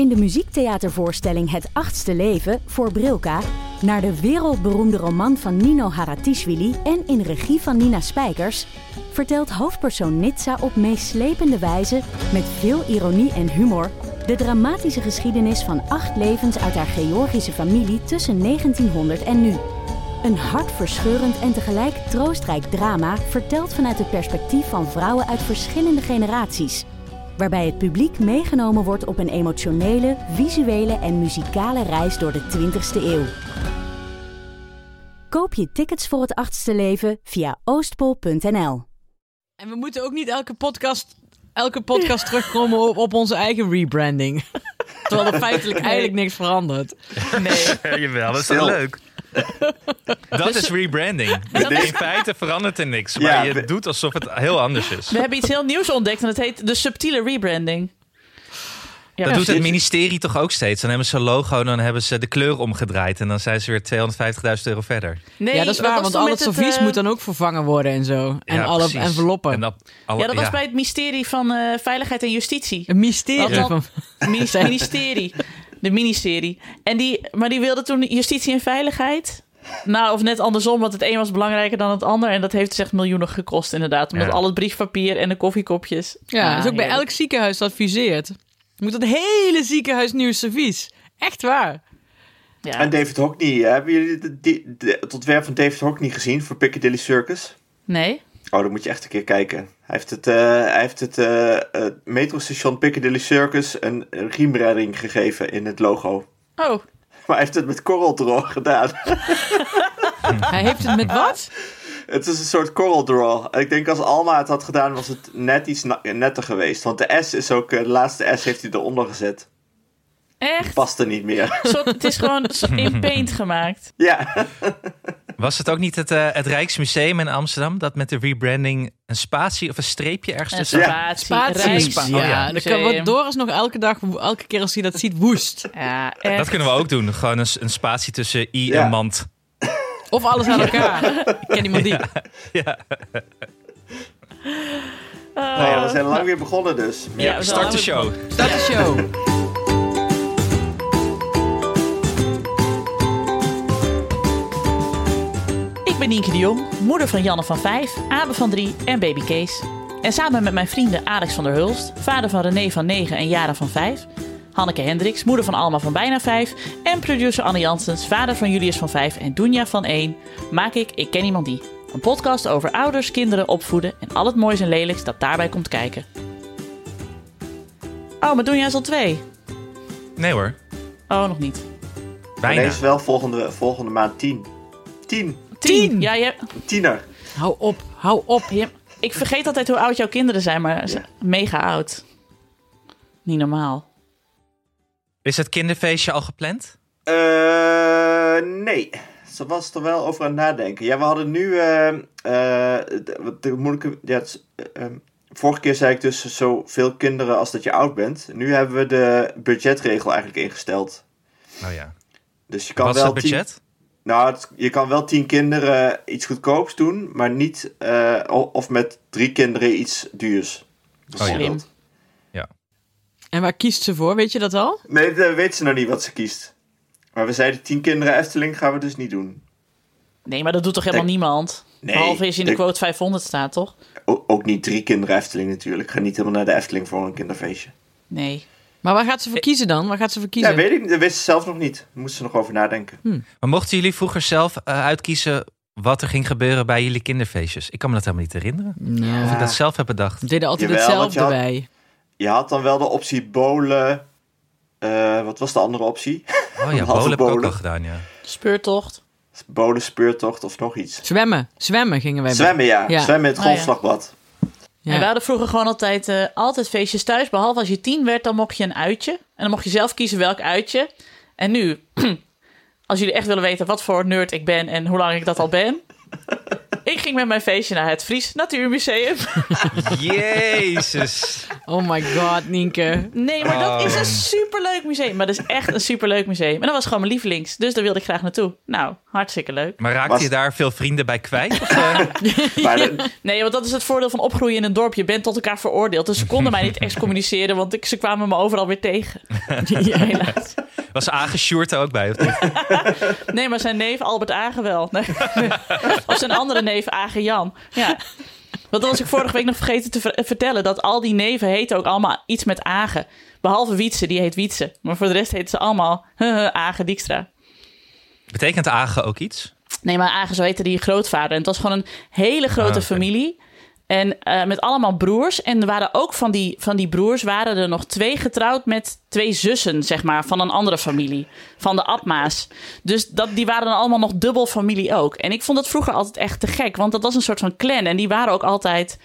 in de muziektheatervoorstelling Het Achtste Leven voor Brilka naar de wereldberoemde roman van Nino Haratischvili en in regie van Nina Spijkers, vertelt hoofdpersoon Nitsa op meeslepende wijze, met veel ironie en humor, de dramatische geschiedenis van 8 levens uit haar Georgische familie tussen 1900 en nu. Een hartverscheurend en tegelijk troostrijk drama verteld vanuit het perspectief van vrouwen uit verschillende generaties, waarbij het publiek meegenomen wordt op een emotionele, visuele en muzikale reis door de 20e eeuw. Koop je tickets voor Het Achtste Leven via oostpol.nl. En we moeten ook niet elke podcast terugkomen op onze eigen rebranding. Terwijl er feitelijk eigenlijk niks verandert. Nee. Jawel, dat is wel leuk. Dat is rebranding. In feite verandert er niks, maar je doet alsof het heel anders is. We hebben iets heel nieuws ontdekt en het heet de subtiele rebranding. Ja, dat doet het ministerie toch ook steeds. Dan hebben ze een logo en dan hebben ze de kleur omgedraaid. En dan zijn ze weer €250.000 verder. Nee, ja, dat is waar, want al het servies moet dan ook vervangen worden en zo. En alle precies. Enveloppen. En dat was bij het ministerie van Veiligheid en Justitie. Een mysterie van... Ministerie. De ministerie. Maar die wilde toen Justitie en Veiligheid. Nou, of net andersom, want het een was belangrijker dan het ander. En dat heeft dus echt miljoenen gekost, inderdaad. Omdat al het briefpapier en de koffiekopjes. Ja, dat is ook bij elk ziekenhuis adviseert. Je moet het hele ziekenhuis nieuw servies. Echt waar. Ja. En David Hockney, hebben jullie het ontwerp van David Hockney gezien voor Piccadilly Circus? Nee. Oh, dan moet je echt een keer kijken. Hij heeft het metrostation Piccadilly Circus een riemredding gegeven in het logo. Oh. Maar hij heeft het met CorelDRAW gedaan. Hij heeft het met wat? Het is een soort CorelDRAW. Ik denk als Alma het had gedaan, was het net iets netter geweest. Want de S is ook, de laatste S heeft hij eronder gezet. Echt? Die past er niet meer. Het is gewoon in paint gemaakt. Ja. Was het ook niet het Rijksmuseum in Amsterdam dat met de rebranding een spatie of een streepje ergens tussen? Spatie. Ja, dan wordt Doris nog elke keer als hij dat ziet woest. Ja, dat kunnen we ook doen. Gewoon een spatie tussen I en mand. Of alles aan elkaar. Ik ken iemand die. Ja. Nou ja, we zijn lang weer begonnen dus. Ja, start de show. Start de show. Ik ben Nienke de Jong, moeder van Janne van 5, Abe van 3 en baby Kees. En samen met mijn vrienden Alex van der Hulst, vader van René van 9 en Jara van 5... Hanneke Hendricks, moeder van Alma van bijna 5... en producer Anne Janssens, vader van Julius van 5 en Doenja van 1... maak Ik Ken Iemand Die. Een podcast over ouders, kinderen, opvoeden en al het moois en lelijks dat daarbij komt kijken. Oh, maar Doenja is al 2. Nee hoor. Oh, nog niet. Bijna. Nee, is wel volgende maand 10. 10. 10? Ja, Tiener. Hou op. Ja, ik vergeet altijd hoe oud jouw kinderen zijn, maar mega oud. Niet normaal. Is het kinderfeestje al gepland? Nee. Ze was er wel over aan het nadenken. Ja, we hadden nu... vorige keer zei ik dus zoveel kinderen als dat je oud bent. Nu hebben we de budgetregel eigenlijk ingesteld. Oh ja. Dus je kan wat is het budget? Je kan wel 10 kinderen iets goedkoops doen, maar niet... of met 3 kinderen iets duurs. Slim. Ja. En waar kiest ze voor? Weet je dat al? Nee, dat weet ze nog niet wat ze kiest. Maar we zeiden 10 kinderen Efteling gaan we dus niet doen. Nee, maar dat doet toch helemaal niemand? Nee. Behalve als je in de quote 500 staat, toch? Ook niet 3 kinderen Efteling natuurlijk. Ga niet helemaal naar de Efteling voor een kinderfeestje. Nee. Maar waar gaat ze voor kiezen dan? Ja, weet ik niet. Dat wist ze zelf nog niet. Daar moesten ze nog over nadenken. Maar mochten jullie vroeger zelf uitkiezen wat er ging gebeuren bij jullie kinderfeestjes? Ik kan me dat helemaal niet herinneren. Ja. Of ik dat zelf heb bedacht. We deden altijd hetzelfde bij. Je had dan wel de optie bowlen. Wat was de andere optie? Oh ja, bowlen heb ik ook al gedaan, ja. Speurtocht. Bowlen, speurtocht of nog iets. Zwemmen gingen wij. Zwemmen, ja. Zwemmen in het golfslagbad. Ja. En we hadden vroeger gewoon altijd feestjes thuis. Behalve als je 10 werd, dan mocht je een uitje. En dan mocht je zelf kiezen welk uitje. En nu, als jullie echt willen weten wat voor nerd ik ben en hoe lang ik dat al ben. Ik ging met mijn feestje naar het Fries Natuurmuseum. Jezus. Oh my god, Nienke. Nee, maar dat is een superleuk museum. Maar dat is echt een superleuk museum. En dat was gewoon mijn lievelings. Dus daar wilde ik graag naartoe. Nou, hartstikke leuk. Maar raakte je daar veel vrienden bij kwijt? Nee, want dat is het voordeel van opgroeien in een dorp. Je bent tot elkaar veroordeeld. Dus ze konden mij niet excommuniceren, want ze kwamen me overal weer tegen. Ja, helaas. Was Age Sjoerd er ook bij? Of niet? Nee, maar zijn neef Albert Age wel. Nee. Of zijn andere neef Age Jan. Ja. Want dat was ik vorige week nog vergeten te vertellen. Dat al die neven heten ook allemaal iets met Age. Behalve Wietse, die heet Wietse. Maar voor de rest heten ze allemaal Age Dijkstra. Betekent Age ook iets? Nee, maar Age, zo heette die grootvader. En het was gewoon een hele grote familie. En met allemaal broers. En er waren ook van die broers waren er nog 2 getrouwd met 2 zussen, zeg maar, van een andere familie. Van de Abma's. Dus die waren dan allemaal nog dubbel familie ook. En ik vond dat vroeger altijd echt te gek. Want dat was een soort van clan. En die waren ook altijd...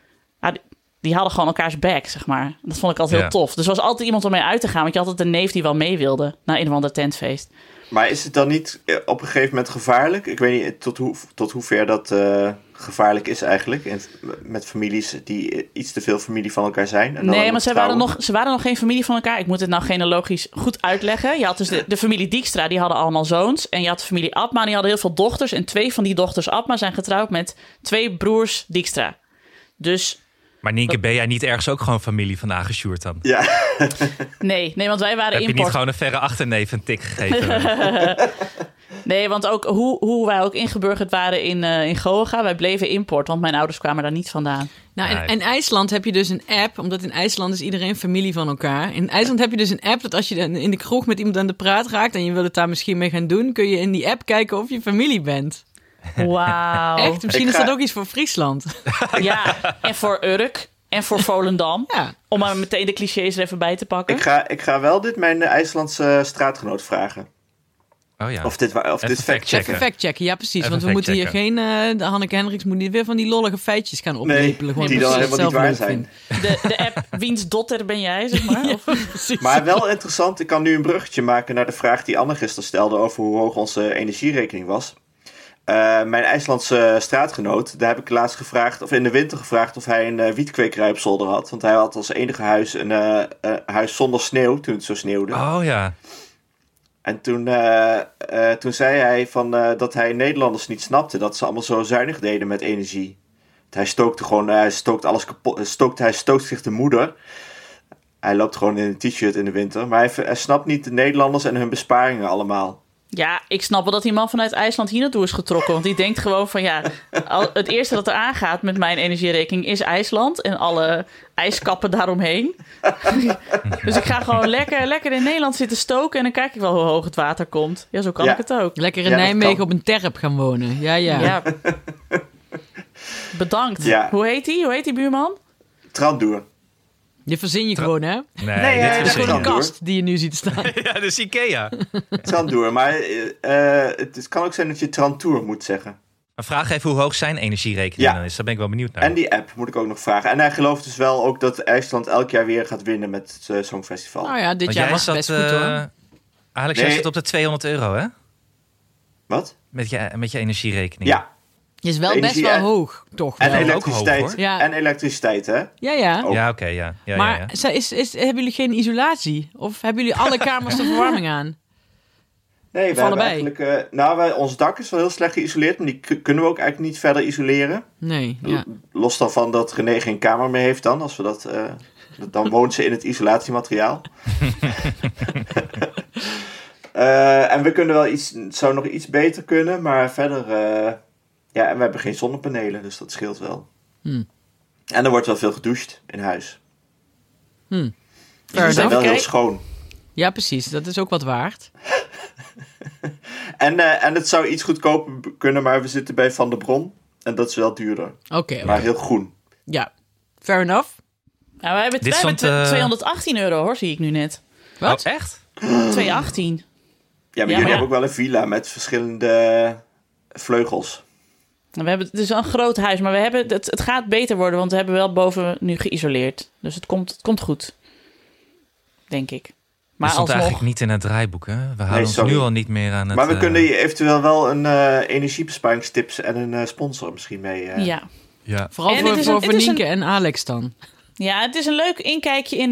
die hadden gewoon elkaars back, zeg maar. Dat vond ik altijd heel tof. Dus er was altijd iemand om mee uit te gaan. Want je had altijd een neef die wel mee wilde naar een of ander tentfeest. Maar is het dan niet op een gegeven moment gevaarlijk? Ik weet niet tot hoever dat gevaarlijk is eigenlijk. Met families die iets te veel familie van elkaar zijn. En nee, maar ze waren nog geen familie van elkaar. Ik moet het nou genealogisch goed uitleggen. Je had dus de familie Dijkstra, die hadden allemaal zoons. En je had de familie Abma, die hadden heel veel dochters. En 2 van die dochters Abma zijn getrouwd met 2 broers Dijkstra. Dus... Maar Nienke, ben jij niet ergens ook gewoon familie van Age Sjoerd dan? Ja. Nee, want wij waren import. Heb je niet gewoon een verre achterneef een tik gegeven? Nee, want ook hoe wij ook ingeburgerd waren in Goa, wij bleven import, want mijn ouders kwamen daar niet vandaan. Nou, in IJsland heb je dus een app, omdat in IJsland is iedereen familie van elkaar. In IJsland heb je dus een app dat als je in de kroeg met iemand aan de praat raakt en je wil het daar misschien mee gaan doen, kun je in die app kijken of je familie bent. Wauw. Echt? Misschien is dat ook iets voor Friesland. Ja, en voor Urk en voor Volendam. Ja. Om maar meteen de clichés er even bij te pakken. Ik ga wel mijn IJslandse straatgenoot vragen. Oh ja. Of dit fact-checken. Even fact-checken, ja precies. Want we moeten hier geen... Hanneke Hendricks moet niet weer van die lollige feitjes gaan oplepelen. Nee, die dan helemaal niet waar zijn. De app Wiens dotter ben jij, zeg maar. Ja, precies. Maar wel interessant, ik kan nu een bruggetje maken naar de vraag die Anne gisteren stelde over hoe hoog onze energierekening was. Mijn IJslandse straatgenoot, daar heb ik laatst gevraagd, of in de winter gevraagd, of hij een wietkwekerij op zolder had. Want hij had als enige huis een huis zonder sneeuw, toen het zo sneeuwde. Oh ja. En toen zei hij dat hij Nederlanders niet snapte, dat ze allemaal zo zuinig deden met energie. Hij stookt alles kapot, hij stookt zich de moeder. Hij loopt gewoon in een t-shirt in de winter, maar hij snapt niet de Nederlanders en hun besparingen allemaal. Ja, ik snap wel dat die man vanuit IJsland hier naartoe is getrokken. Want die denkt gewoon van het eerste dat er aangaat met mijn energierekening is IJsland. En alle ijskappen daaromheen. Dus ik ga gewoon lekker in Nederland zitten stoken. En dan kijk ik wel hoe hoog het water komt. Ja, zo kan ik het ook. Lekker in Nijmegen op een terp gaan wonen. Ja. Bedankt. Ja. Hoe heet die buurman? Trandoer. Je verzin je gewoon, hè? Nee, dit is gewoon een kast die je nu ziet staan. Ja, dat is Ikea. Trandoer, maar het kan ook zijn dat je Trantour moet zeggen. Maar vraag even hoe hoog zijn energierekening dan is. Daar ben ik wel benieuwd naar. En die app moet ik ook nog vragen. En hij gelooft dus wel ook dat IJsland elk jaar weer gaat winnen met het Songfestival. Nou ja, dit jaar was het best goed, hoor. Alex, jij zit op de €200, hè? Wat? Met je energierekening. Ja. Je is wel best wel hoog, toch? En wel. elektriciteit. Ook hoog, ja. En elektriciteit, hè? Ja. Ook. Ja, oké, ja. Maar hebben jullie geen isolatie? Of hebben jullie alle kamers de verwarming aan? Nee, we hebben eigenlijk... ons dak is wel heel slecht geïsoleerd, maar die kunnen we ook eigenlijk niet verder isoleren. Nee, ja. Los dan van dat René geen kamer meer heeft dan, als we dat... dan woont ze in het isolatiemateriaal. En we kunnen wel zou nog iets beter kunnen, maar verder... en we hebben geen zonnepanelen, dus dat scheelt wel. En er wordt wel veel gedoucht in huis. Dus we zijn wel heel schoon. Ja, precies. Dat is ook wat waard. En het zou iets goedkoper kunnen, maar we zitten bij Van der Bron. En dat is wel duurder. Oké. Maar heel groen. Ja, fair enough. Nou, wij hebben €218 hoor, zie ik nu net. Wat? Oh, echt? 218. Ja, maar jullie hebben ook wel een villa met verschillende vleugels. Het is een groot huis, maar het gaat beter worden, want we hebben wel boven nu geïsoleerd. Dus het komt goed. Denk ik. Maar stond alsnog... eigenlijk niet in het draaiboek, hè? We houden ons nu al niet meer aan het... Maar we kunnen je eventueel wel een energiebesparingstips en een sponsor misschien mee... Ja. Vooral voor Nienke en Alex dan. Ja, het is een leuk inkijkje in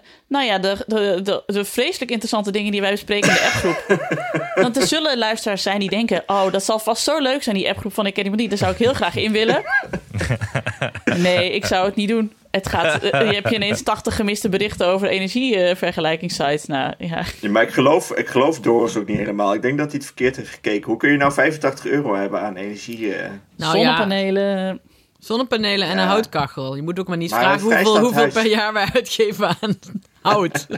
de vreselijk interessante dingen die wij bespreken in de appgroep. Want er zullen luisteraars zijn die denken... oh, dat zal vast zo leuk zijn, die appgroep van Ik Ken Iemand Niet. Daar zou ik heel graag in willen. Nee, ik zou het niet doen. Het gaat, je hebt ineens 80 gemiste berichten over energievergelijkingssites. Nou, ja. Ja, maar ik geloof Doris ook niet helemaal. Ik denk dat hij het verkeerd heeft gekeken. Hoe kun je nou €85 hebben aan energie? Zonnepanelen... Zonnepanelen en een houtkachel. Je moet ook maar niet vragen hoeveel per jaar wij uitgeven aan hout.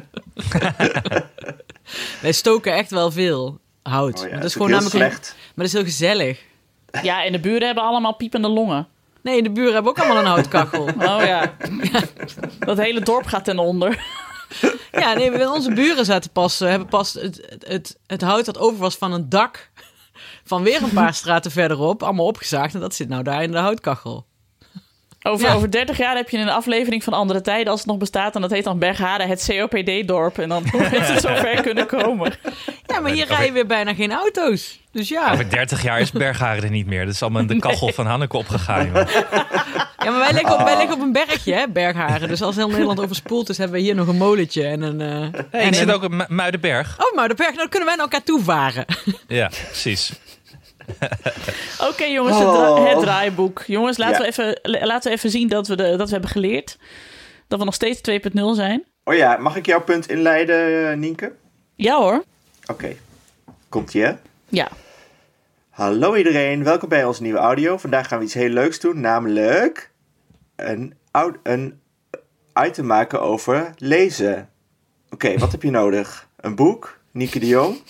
Wij stoken echt wel veel hout. Oh ja, dat is gewoon namelijk slecht. Maar dat is heel gezellig. Ja, en de buren hebben allemaal piepende longen. Nee, de buren hebben ook allemaal een houtkachel. Oh ja. Dat hele dorp gaat ten onder. Ja, nee, onze buren hebben pas het hout dat over was van een dak van weer een paar straten verderop allemaal opgezaagd. En dat zit nou daar in de houtkachel. Over 30 jaar heb je een aflevering van Andere Tijden, als het nog bestaat. En dat heet dan Bergharen, het COPD-dorp. En dan heeft het zover kunnen komen. Ja, maar hier rijden weer bijna geen auto's. Dus ja. Over 30 jaar is Bergharen er niet meer. Dat is allemaal in de kachel van Hanneke opgegaan. Ja, maar wij liggen op een bergje, hè, Bergharen. Dus als heel Nederland overspoeld is, hebben we hier nog een molentje en een... ik zit ook op Muidenberg. Oh, Muidenberg. Nou, dan kunnen wij naar elkaar toe varen. Ja, precies. Oké, jongens, het draaiboek. Jongens, laten we even zien dat we hebben geleerd. Dat we nog steeds 2.0 zijn. Oh ja, mag ik jouw punt inleiden, Nienke? Ja hoor. Oké. Komt-ie, hè? Ja. Hallo iedereen, welkom bij onze nieuwe audio. Vandaag gaan we iets heel leuks doen, namelijk een item maken over lezen. Oké, wat heb je nodig? Een boek, Nienke de Jong...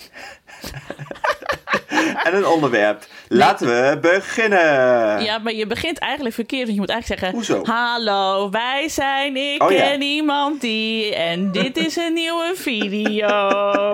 en een onderwerp. Laten we beginnen. Ja, maar je begint eigenlijk verkeerd. Want je moet eigenlijk zeggen... Hoezo? Hallo, wij zijn Ik Ken Iemand Die... en dit is een nieuwe video.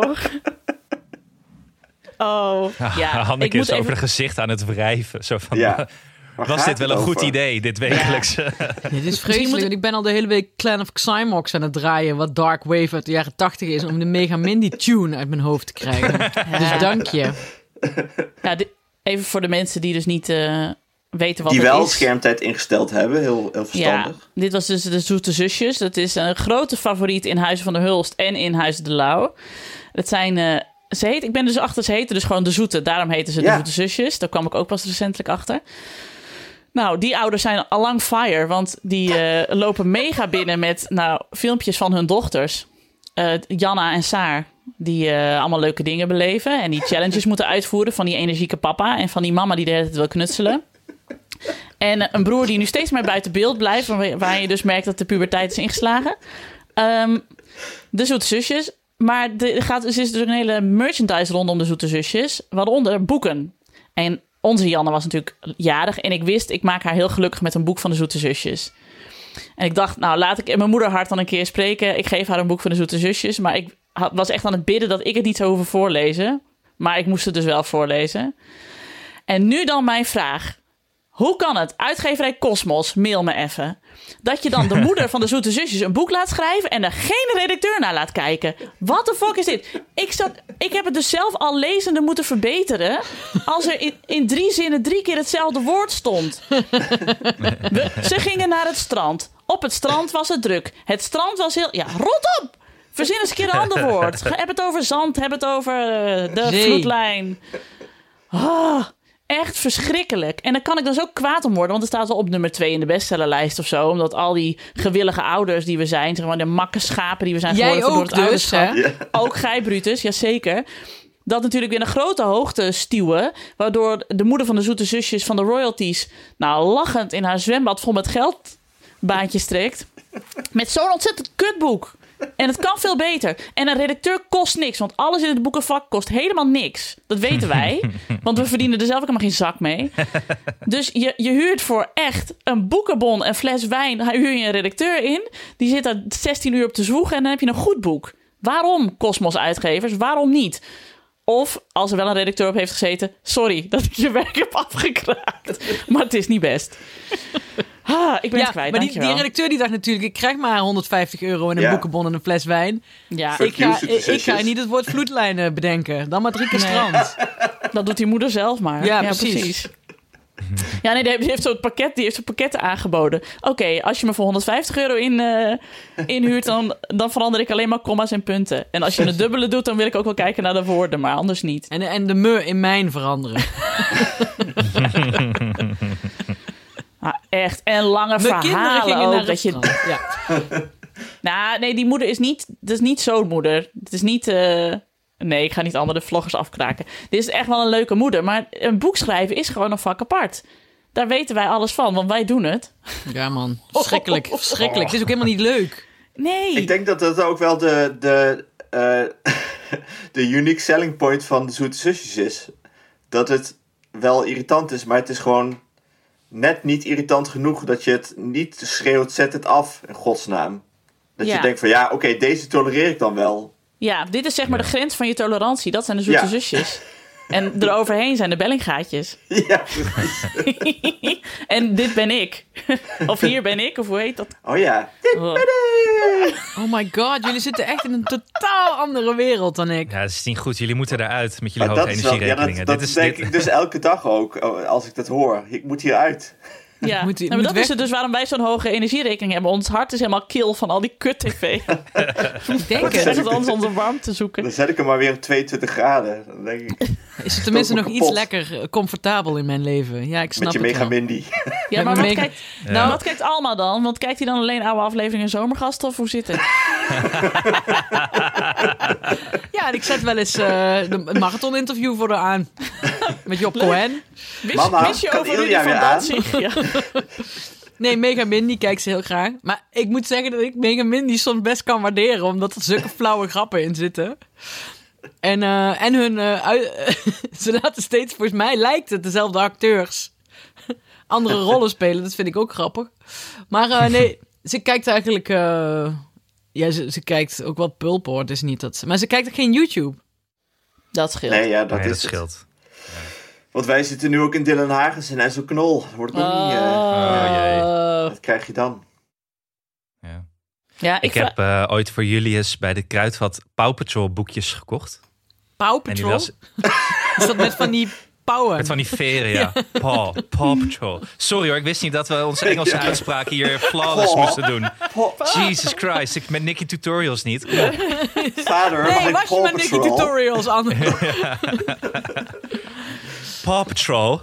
Hanneke is over het gezicht aan het wrijven. Zo van, was dit wel een goed idee, dit wekelijks? Ja. Dit is vreselijk. Ik ben al de hele week Clan of Xymox aan het draaien... wat Dark Wave uit de jaren 80 is... om de Mega Mindy tune uit mijn hoofd te krijgen. Dus dank je. Ja, even voor de mensen die dus niet weten wat het is. Die wel schermtijd ingesteld hebben, heel verstandig. Ja, dit was dus de Zoete Zusjes. Dat is een grote favoriet in Huizen van der Hulst en in Huizen de Lauw. Dat zijn... ze heten dus gewoon de Zoete. Daarom heten ze de Zoete Zusjes. Daar kwam ik ook pas recentelijk achter. Nou, die ouders zijn allang fire, want die lopen mega binnen met filmpjes van hun dochters. Janna en Saar, die allemaal leuke dingen beleven en die challenges moeten uitvoeren van die energieke papa en van die mama die de hele tijd wil knutselen. En een broer die nu steeds meer buiten beeld blijft, waar je dus merkt dat de puberteit is ingeslagen. De Zoete Zusjes. Maar er is dus een hele merchandise rondom de Zoete Zusjes, waaronder boeken. En onze Janne was natuurlijk jarig en ik wist, ik maak haar heel gelukkig met een boek van de Zoete Zusjes. En ik dacht, laat ik in mijn moederhart dan een keer spreken. Ik geef haar een boek van de Zoete Zusjes. Maar ik was echt aan het bidden dat ik het niet zou hoeven voorlezen. Maar ik moest het dus wel voorlezen. En nu dan mijn vraag. Hoe kan het, uitgeverij Cosmos, mail me even... dat je dan de moeder van de Zoete Zusjes een boek laat schrijven... en er geen redacteur naar laat kijken? Wat de fuck is dit? Ik heb het dus zelf al lezende moeten verbeteren... als er in 3 zinnen 3 keer hetzelfde woord stond. Ze gingen naar het strand. Op het strand was het druk. Het strand was heel... Ja, rot op! Verzin eens een keer een ander woord. Heb het over zand, heb het over de vloedlijn. Echt verschrikkelijk. En dan kan ik dus ook kwaad om worden. Want het staat wel op nummer 2 in de bestsellerlijst of zo. Omdat al die gewillige ouders die we zijn... zeg maar de makke schapen die we zijn geworden door het ouderschap. Ja. Ook gij, Brutus, jazeker. Dat natuurlijk weer een grote hoogte stuwen. Waardoor de moeder van de Zoete Zusjes van de royalties... lachend in haar zwembad vol met geldbaantjes trekt. Met zo'n ontzettend kutboek. En het kan veel beter. En een redacteur kost niks. Want alles in het boekenvak kost helemaal niks. Dat weten wij. Want we verdienen er zelf ook helemaal geen zak mee. Dus je huurt voor echt een boekenbon, een fles wijn. Huur je een redacteur in. Die zit daar 16 uur op te zwoegen. En dan heb je een goed boek. Waarom, Cosmos uitgevers? Waarom niet? Of, als er wel een redacteur op heeft gezeten... sorry dat ik je werk heb afgekraakt. Maar het is niet best. Ik ben het kwijt, maar die redacteur die dacht natuurlijk... ik krijg maar €150 en een boekenbon en een fles wijn. Ja. Ik ga niet het woord vloedlijnen bedenken. Dan maar 3 keer strand. Dat doet die moeder zelf maar. Ja, precies. Ja, nee, die heeft zo'n pakketten aangeboden. Oké, als je me voor €150 inhuurt... dan verander ik alleen maar komma's en punten. En als je een dubbele doet, dan wil ik ook wel kijken naar de woorden. Maar anders niet. En de me in mijn veranderen. Echt. En lange verhalen ook. Dat je... Ja. Nou, nee, die moeder is niet... Het is niet zo'n moeder. Het is niet... Nee, ik ga niet allemaal de vloggers afkraken. Dit is echt wel een leuke moeder. Maar een boek schrijven is gewoon een vak apart. Daar weten wij alles van, want wij doen het. Ja, man. Verschrikkelijk. Verschrikkelijk. Het is ook helemaal niet leuk. Nee. Ik denk dat dat ook wel de unique selling point van de Zoete Zusjes is. Dat het wel irritant is, maar het is gewoon net niet irritant genoeg dat je het niet schreeuwt, zet het af, in godsnaam. Dat je denkt van oké, deze tolereer ik dan wel. Ja, dit is zeg maar de grens van je tolerantie. Dat zijn de Zoete Zusjes. En eroverheen zijn de Bellinggaatjes. Ja, precies. En dit ben ik. Of hier ben ik, of hoe heet dat? Oh ja, dit ben ik. Oh my god, jullie zitten echt in een totaal andere wereld dan ik. Ja, dat is niet goed. Jullie moeten eruit met jullie hoge energierekeningen. Dat denk ik dus elke dag ook, als ik dat hoor. Ik moet hieruit. Ja, maar dat is het dus waarom wij zo'n hoge energierekening hebben. Ons hart is helemaal kil van al die kut-tv. Ik denk het. Dat is ons onze warmte zoeken. Dan zet ik hem maar weer op 22 graden. Dan denk ik, is het tenminste nog iets lekker comfortabel in mijn leven? Ja, ik snap het met je Megamindy. Ja, maar wat kijkt Alma dan? Want kijkt hij dan alleen oude afleveringen Zomergasten of hoe zit het? Ja, en ik zet wel eens de marathon-interview voor haar aan. Met Job Cohen. Wist je over Rudy van Danzig? Ja. Nee, Megamindy kijkt ze heel graag. Maar ik moet zeggen dat ik Megamindy soms best kan waarderen. Omdat er zulke flauwe grappen in zitten. En ze laten steeds, volgens mij lijkt het dezelfde acteurs andere rollen spelen. Dat vind ik ook grappig. Maar nee, ze kijkt eigenlijk... ze kijkt ook wel Pulp, hoor. Dus niet dat maar ze kijkt ook geen YouTube. Dat scheelt. Nee, dat scheelt. Want wij zitten nu ook in Dylan Hagens en zo Knol. Dat wordt ook niet... Wat krijg je dan? Ja, ik heb ooit voor Julius bij de Kruidvat Paw Patrol boekjes gekocht. Paw Patrol? Is dat met van die pauwen? Met van die veren, ja. Paw Patrol. Sorry hoor, ik wist niet dat we onze Engelse uitspraak hier flawless moesten doen. Jesus Christ, met Nicky Tutorials niet. Vader, nee, was je met Nicky Tutorials aan? Paw Patrol.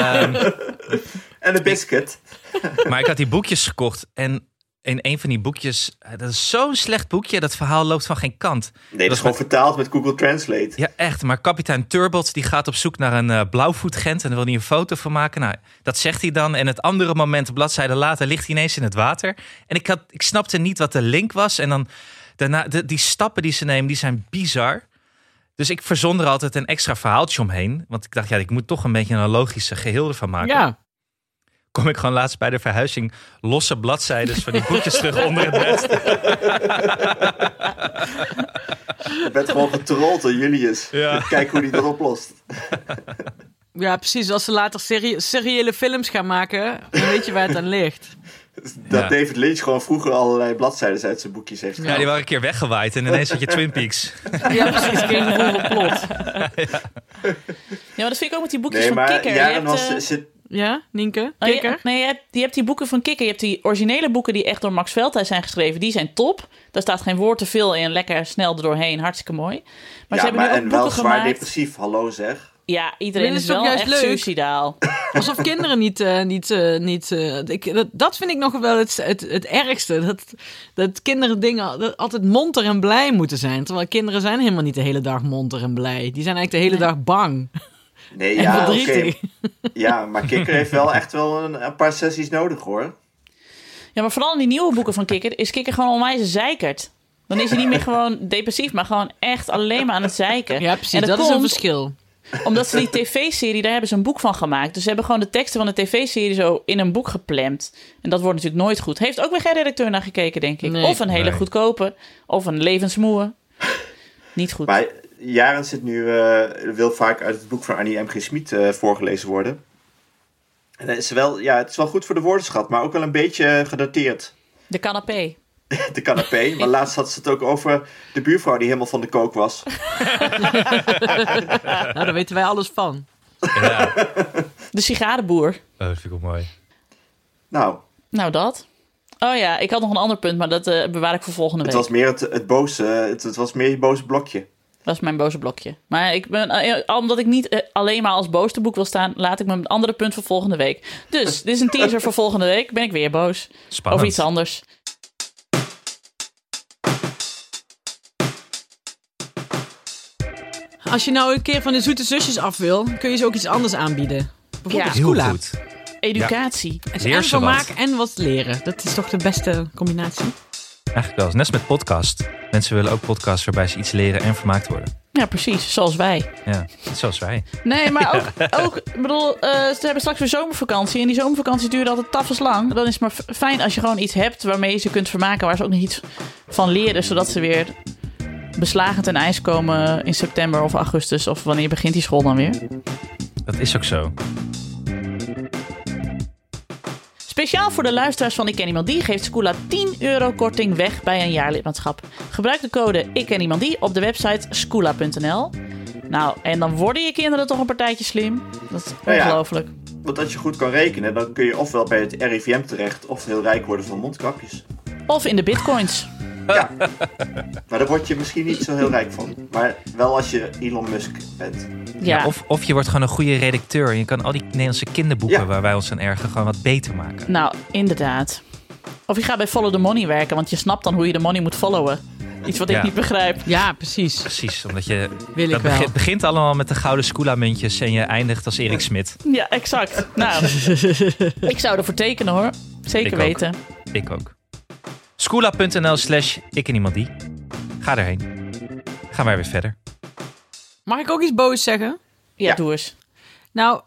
En een biscuit. Maar ik had die boekjes gekocht en in een van die boekjes... Dat is zo'n slecht boekje, dat verhaal loopt van geen kant. Nee, dat is gewoon vertaald met Google Translate. Ja, echt. Maar kapitein Turbot die gaat op zoek naar een blauwvoetgent... en daar wil hij een foto van maken. Nou, dat zegt hij dan. En het andere moment, een bladzijde later, ligt hij ineens in het water. En ik snapte niet wat de link was. En dan daarna, die stappen die ze nemen, die zijn bizar. Dus ik verzon er altijd een extra verhaaltje omheen. Want ik dacht, ik moet toch een beetje een logische geheel ervan maken. Ja. Kom ik gewoon laatst bij de verhuizing losse bladzijden van die boekjes terug onder het bed. Je bent gewoon getrold door Julius. Ja. Kijk hoe hij dat oplost. Ja, precies. Als ze later seriële films gaan maken, dan weet je waar het aan ligt. Dat David Lynch gewoon vroeger allerlei bladzijden uit zijn boekjes heeft gedaan. Ja, die waren een keer weggewaaid en ineens had je Twin Peaks. Ja, precies. Geen gevoelde plot. Ja, maar dat vind ik ook met die boekjes van Kikker. Ja, Nienke? Kikker? Je hebt die boeken van Kikker. Je hebt die originele boeken die echt door Max Veldhuis zijn geschreven. Die zijn top. Daar staat geen woord te veel in. Lekker snel er doorheen. Hartstikke mooi. Maar ze hebben nu ook en boeken wel zwaar gemaat. Depressief. Hallo zeg. Ja, iedereen is wel echt suicidaal. Alsof kinderen dat vind ik nog wel het ergste. Dat kinderen dingen altijd monter en blij moeten zijn. Terwijl kinderen zijn helemaal niet de hele dag monter en blij. Die zijn eigenlijk de hele dag bang. Nee, ja, oké. Ja, maar Kikker heeft wel echt wel een paar sessies nodig, hoor. Ja, maar vooral in die nieuwe boeken van Kikker is Kikker gewoon onwijs een zeikert. Dan is hij niet meer gewoon depressief, maar gewoon echt alleen maar aan het zeiken. Ja, precies. Dat is een verschil. Omdat ze die tv-serie, daar hebben ze een boek van gemaakt. Dus ze hebben gewoon de teksten van de tv-serie zo in een boek geplemd. En dat wordt natuurlijk nooit goed. Heeft ook weer geen redacteur naar gekeken, denk ik. Nee, of een hele goedkope, of een levensmoe. Niet goed. Maar Jaren zit nu, wil vaak uit het boek van Annie M.G. Schmid voorgelezen worden. En het is wel goed voor de woordenschat, maar ook wel een beetje gedateerd. De canapé. De canapé, maar laatst had ze het ook over de buurvrouw die helemaal van de kook was. Nou, daar weten wij alles van. Ja. De sigarenboer. Oh, dat vind ik ook mooi. Nou, dat. Oh ja, ik had nog een ander punt, maar dat bewaar ik voor volgende week. Het was meer het boze, het was meer je boze blokje. Dat is mijn boze blokje. Maar omdat ik niet alleen maar als boos te boek wil staan, laat ik mijn andere punt voor volgende week. Dus, dit is een teaser voor volgende week. Ben ik weer boos. Spannend. Over iets anders. Als je nou een keer van de zoete zusjes af wil, kun je ze ook iets anders aanbieden. Bijvoorbeeld Ja. Heel Skoola. goed. Educatie. Leer En ze vermaken wat. en wat leren. Dat is toch de beste combinatie? Eigenlijk wel. Net als met podcast. Mensen willen ook podcasts waarbij ze iets leren en vermaakt worden. Ja, precies. Zoals wij. Ja, zoals wij. Nee, maar ook ik bedoel, ze hebben straks weer zomervakantie. En die zomervakantie duurt altijd tafels lang. Dan is het maar fijn als je gewoon iets hebt waarmee je ze kunt vermaken. Waar ze ook nog iets van leren. Zodat ze weer beslagen ten ijs komen in september of augustus. Of wanneer begint die school dan weer? Dat is ook zo. Speciaal voor de luisteraars van Ik Ken Iemand Die geeft Skoola €10 korting weg bij een jaarlidmaatschap. Gebruik de code Ik Ken Iemand Die op de website skoola.nl. Nou, en dan worden je kinderen toch een partijtje slim. Dat is Nou ja. ongelooflijk. Want als je goed kan rekenen, dan kun je ofwel bij het RIVM terecht of heel rijk worden van mondkapjes. Of in de bitcoins. Ja, maar daar word je misschien niet zo heel rijk van. Maar wel als je Elon Musk bent. Ja, Of je wordt gewoon een goede redacteur. En je kan al die Nederlandse kinderboeken Ja. waar wij ons aan ergeren gewoon wat beter maken. nou, inderdaad. Of je gaat bij Follow the Money werken, want je snapt dan hoe je de money moet followen. Iets wat ik Ja. niet begrijp. Ja, precies. Precies, omdat je... Wil ik dat wel. begint allemaal met de gouden Skoola-muntjes en je eindigt als Erik Smit. Ja, exact. Nou, ik zou ervoor tekenen hoor. Zeker Ik ook. weten. Ik ook. Skoola.nl/Ik en iemand die. Ga erheen. Gaan wij weer verder. Mag ik ook iets boos zeggen? Ja, doe eens. Nou,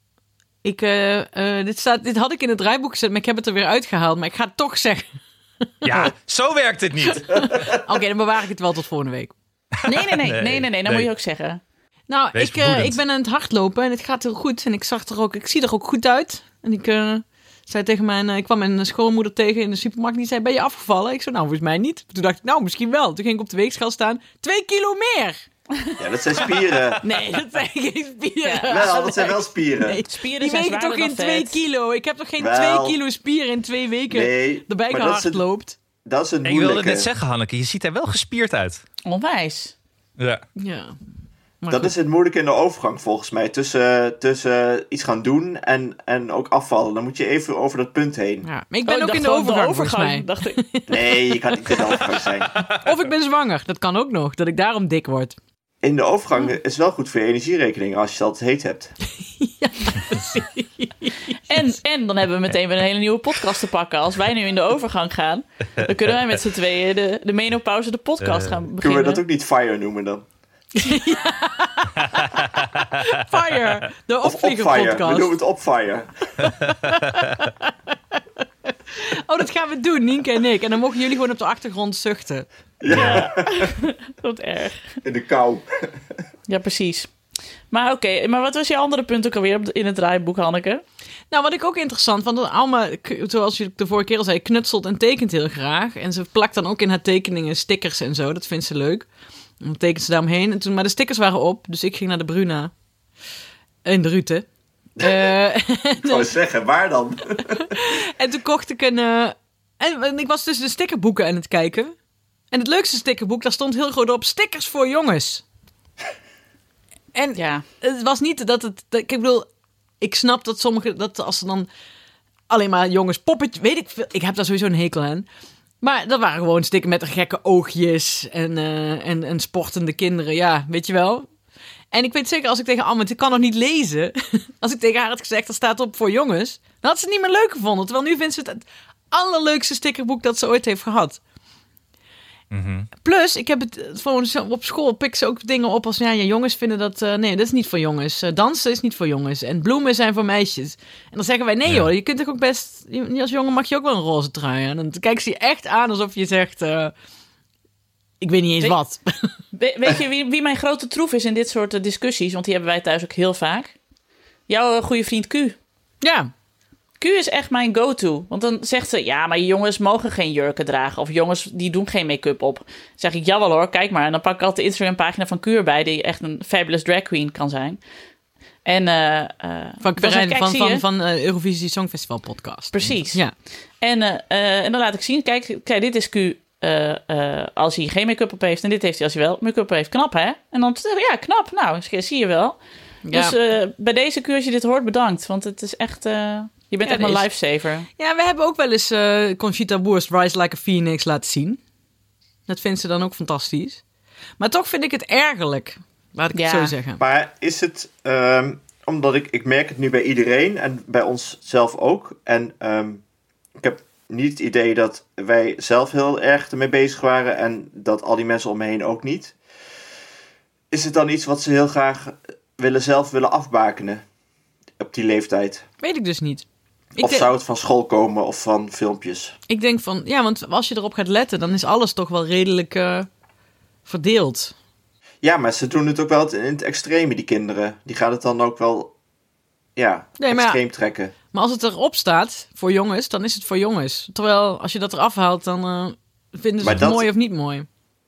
dit had ik in het draaiboek gezet, maar ik heb het er weer uitgehaald. Maar ik ga het toch zeggen. Ja, zo werkt het niet. Oké, dan bewaar ik het wel tot volgende week. Nee. Dat moet je ook zeggen. Nou, Wees ik woedend. ben aan het hardlopen en het gaat heel goed. En ik zie er ook goed uit. En ik zei tegen ik kwam mijn schoonmoeder tegen in de supermarkt. Die zei, ben je afgevallen? Ik zei, nou, volgens mij niet. Toen dacht ik, nou, misschien wel. Toen ging ik op de weegschaal staan. 2 kilo meer! Ja, dat zijn spieren. Nee, dat zijn geen spieren. Wel, dat zijn wel spieren. Nee, Spieren die zijn wegen toch zwaarder geen dan 2 vet. kilo? Ik heb toch geen Wel. 2 kilo spieren in 2 weken Nee, erbij maar dat is het- gehardloopt? Dat is het Ik moeilijke. wilde net zeggen, Hanneke, je ziet er wel gespierd uit. Onwijs. Ja. Ja. Maar Dat goed. is het moeilijke in de overgang volgens mij. Tussen iets gaan doen en ook afvallen. Dan moet je even over dat punt heen. Ja, maar ik ben Oh, ook dacht in de gewoon overgang, volgens mij. dacht ik. Nee, je kan niet in de overgang zijn. Of ik ben zwanger. Dat kan ook nog. Dat ik daarom dik word. In de overgang is wel goed voor je energierekening als je het altijd heet hebt. En dan hebben we meteen weer een hele nieuwe podcast te pakken. Als wij nu in de overgang gaan, dan kunnen wij met z'n tweeën de menopauze de podcast gaan Kunnen beginnen. we dat ook niet FIRE noemen dan? Fire, de Of opvlieger Opfire. We podcast. noemen het Opfire. Oh, dat gaan we doen, Nienke en ik. En dan mogen jullie gewoon op de achtergrond zuchten. Wat erg. In de kou. Ja, precies. Maar oké, maar wat was je andere punt ook alweer in het draaiboek, Hanneke? Nou, wat ik ook interessant vond, dat Alma, zoals je de vorige keer al zei, knutselt en tekent heel graag. En ze plakt dan ook in haar tekeningen stickers en zo. Dat vindt ze leuk. En dan tekent ze daaromheen. En toen, maar de stickers waren op, dus ik ging naar de Bruna. In de Rute. Ik zou eens zeggen, waar dan? En toen kocht ik en ik was dus de stickerboeken aan het kijken. En het leukste stickerboek, daar stond heel groot op, stickers voor jongens. En Ja. het was niet dat het... Ik bedoel, ik snap dat sommige... Dat als ze dan alleen maar jongens poppetje... Weet ik veel. Ik heb daar sowieso een hekel aan. Maar dat waren gewoon stickers met gekke oogjes. En sportende kinderen. Ja, weet je wel. En ik weet zeker, als ik tegen Alma... Ik kan nog niet lezen. Als ik tegen haar had gezegd, er staat op voor jongens. Dan had ze het niet meer leuk gevonden. Terwijl nu vindt ze het allerleukste stickerboek dat ze ooit heeft gehad. Plus, ik heb het gewoon zo op school pikken ze ook dingen op als ja, jongens vinden dat nee, dat is niet voor jongens. Dansen is niet voor jongens en bloemen zijn voor meisjes. En dan zeggen wij nee hoor, je kunt toch ook best als jongen mag je ook wel een roze trui. En dan kijkt ze je echt aan alsof je zegt ik weet niet eens wat. Weet je wie mijn grote troef is in dit soort discussies? Want die hebben wij thuis ook heel vaak. Jouw goede vriend Q. Ja. Q is echt mijn go-to. Want dan zegt ze, ja, maar jongens mogen geen jurken dragen. Of jongens, die doen geen make-up op. Dan zeg ik, jawel hoor, kijk maar. En dan pak ik altijd de Instagram-pagina van Q erbij... die echt een fabulous drag queen kan zijn. En van Eurovisie Songfestival podcast. Precies. Ja. En dan laat ik zien, kijk, dit is Q als hij geen make-up op heeft. En dit heeft hij als hij wel make-up op heeft. Knap, hè? En dan ja, knap. Nou, zie je wel. Ja. Dus bij deze Q, als je dit hoort, bedankt. Want het is echt... je bent echt mijn lifesaver. Ja, we hebben ook wel eens Conchita Wurst Rise Like a Phoenix laten zien. Dat vindt ze dan ook fantastisch. Maar toch vind ik het ergerlijk. Laat ik het zo zeggen. Maar is het... omdat ik merk het nu bij iedereen en bij ons zelf ook. En ik heb niet het idee dat wij zelf heel erg ermee bezig waren... en dat al die mensen om me heen ook niet. Is het dan iets wat ze heel graag zelf willen afbakenen op die leeftijd? Weet ik dus niet. Zou het van school komen of van filmpjes? Ik denk van... Ja, want als je erop gaat letten... dan is alles toch wel redelijk verdeeld. Ja, maar ze doen het ook wel in het extreme, die kinderen. Die gaan het dan ook wel extreem trekken. Maar als het erop staat voor jongens, dan is het voor jongens. Terwijl als je dat eraf haalt, dan vinden ze het mooi of niet mooi.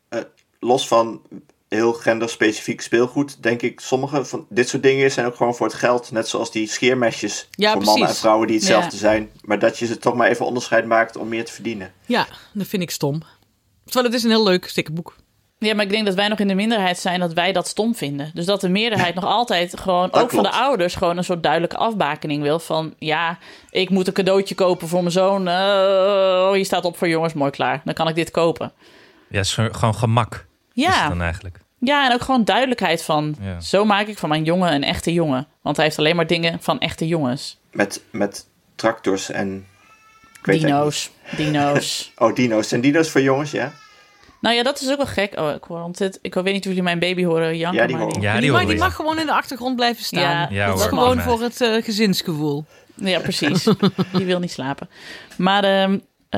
Los van heel genderspecifiek speelgoed, denk ik, sommige van dit soort dingen zijn ook gewoon voor het geld. Net zoals die scheermesjes voor mannen en vrouwen die hetzelfde zijn. Maar dat je ze toch maar even onderscheid maakt om meer te verdienen. Ja, dat vind ik stom. Terwijl het is een heel leuk stikkenboek. Ja, maar ik denk dat wij nog in de minderheid zijn dat wij dat stom vinden. Dus dat de meerderheid nog altijd gewoon, ook van de ouders, gewoon een soort duidelijke afbakening wil. Van ja, ik moet een cadeautje kopen voor mijn zoon. Hier staat op voor jongens, mooi klaar. Dan kan ik dit kopen. Ja, is gewoon gemak. Ja. Is het dan eigenlijk. Ja, en ook gewoon duidelijkheid van, zo maak ik van mijn jongen een echte jongen. Want hij heeft alleen maar dingen van echte jongens. Met tractors en... Dino's. Dino's. Zijn dino's voor jongens, ja? Nou ja, dat is ook wel gek. Ik weet niet of jullie mijn baby horen janken. Ja, die horen. Die mag gewoon in de achtergrond blijven staan. Ja, dat is gewoon voor het gezinsgevoel. Ja, precies. Die wil niet slapen. Maar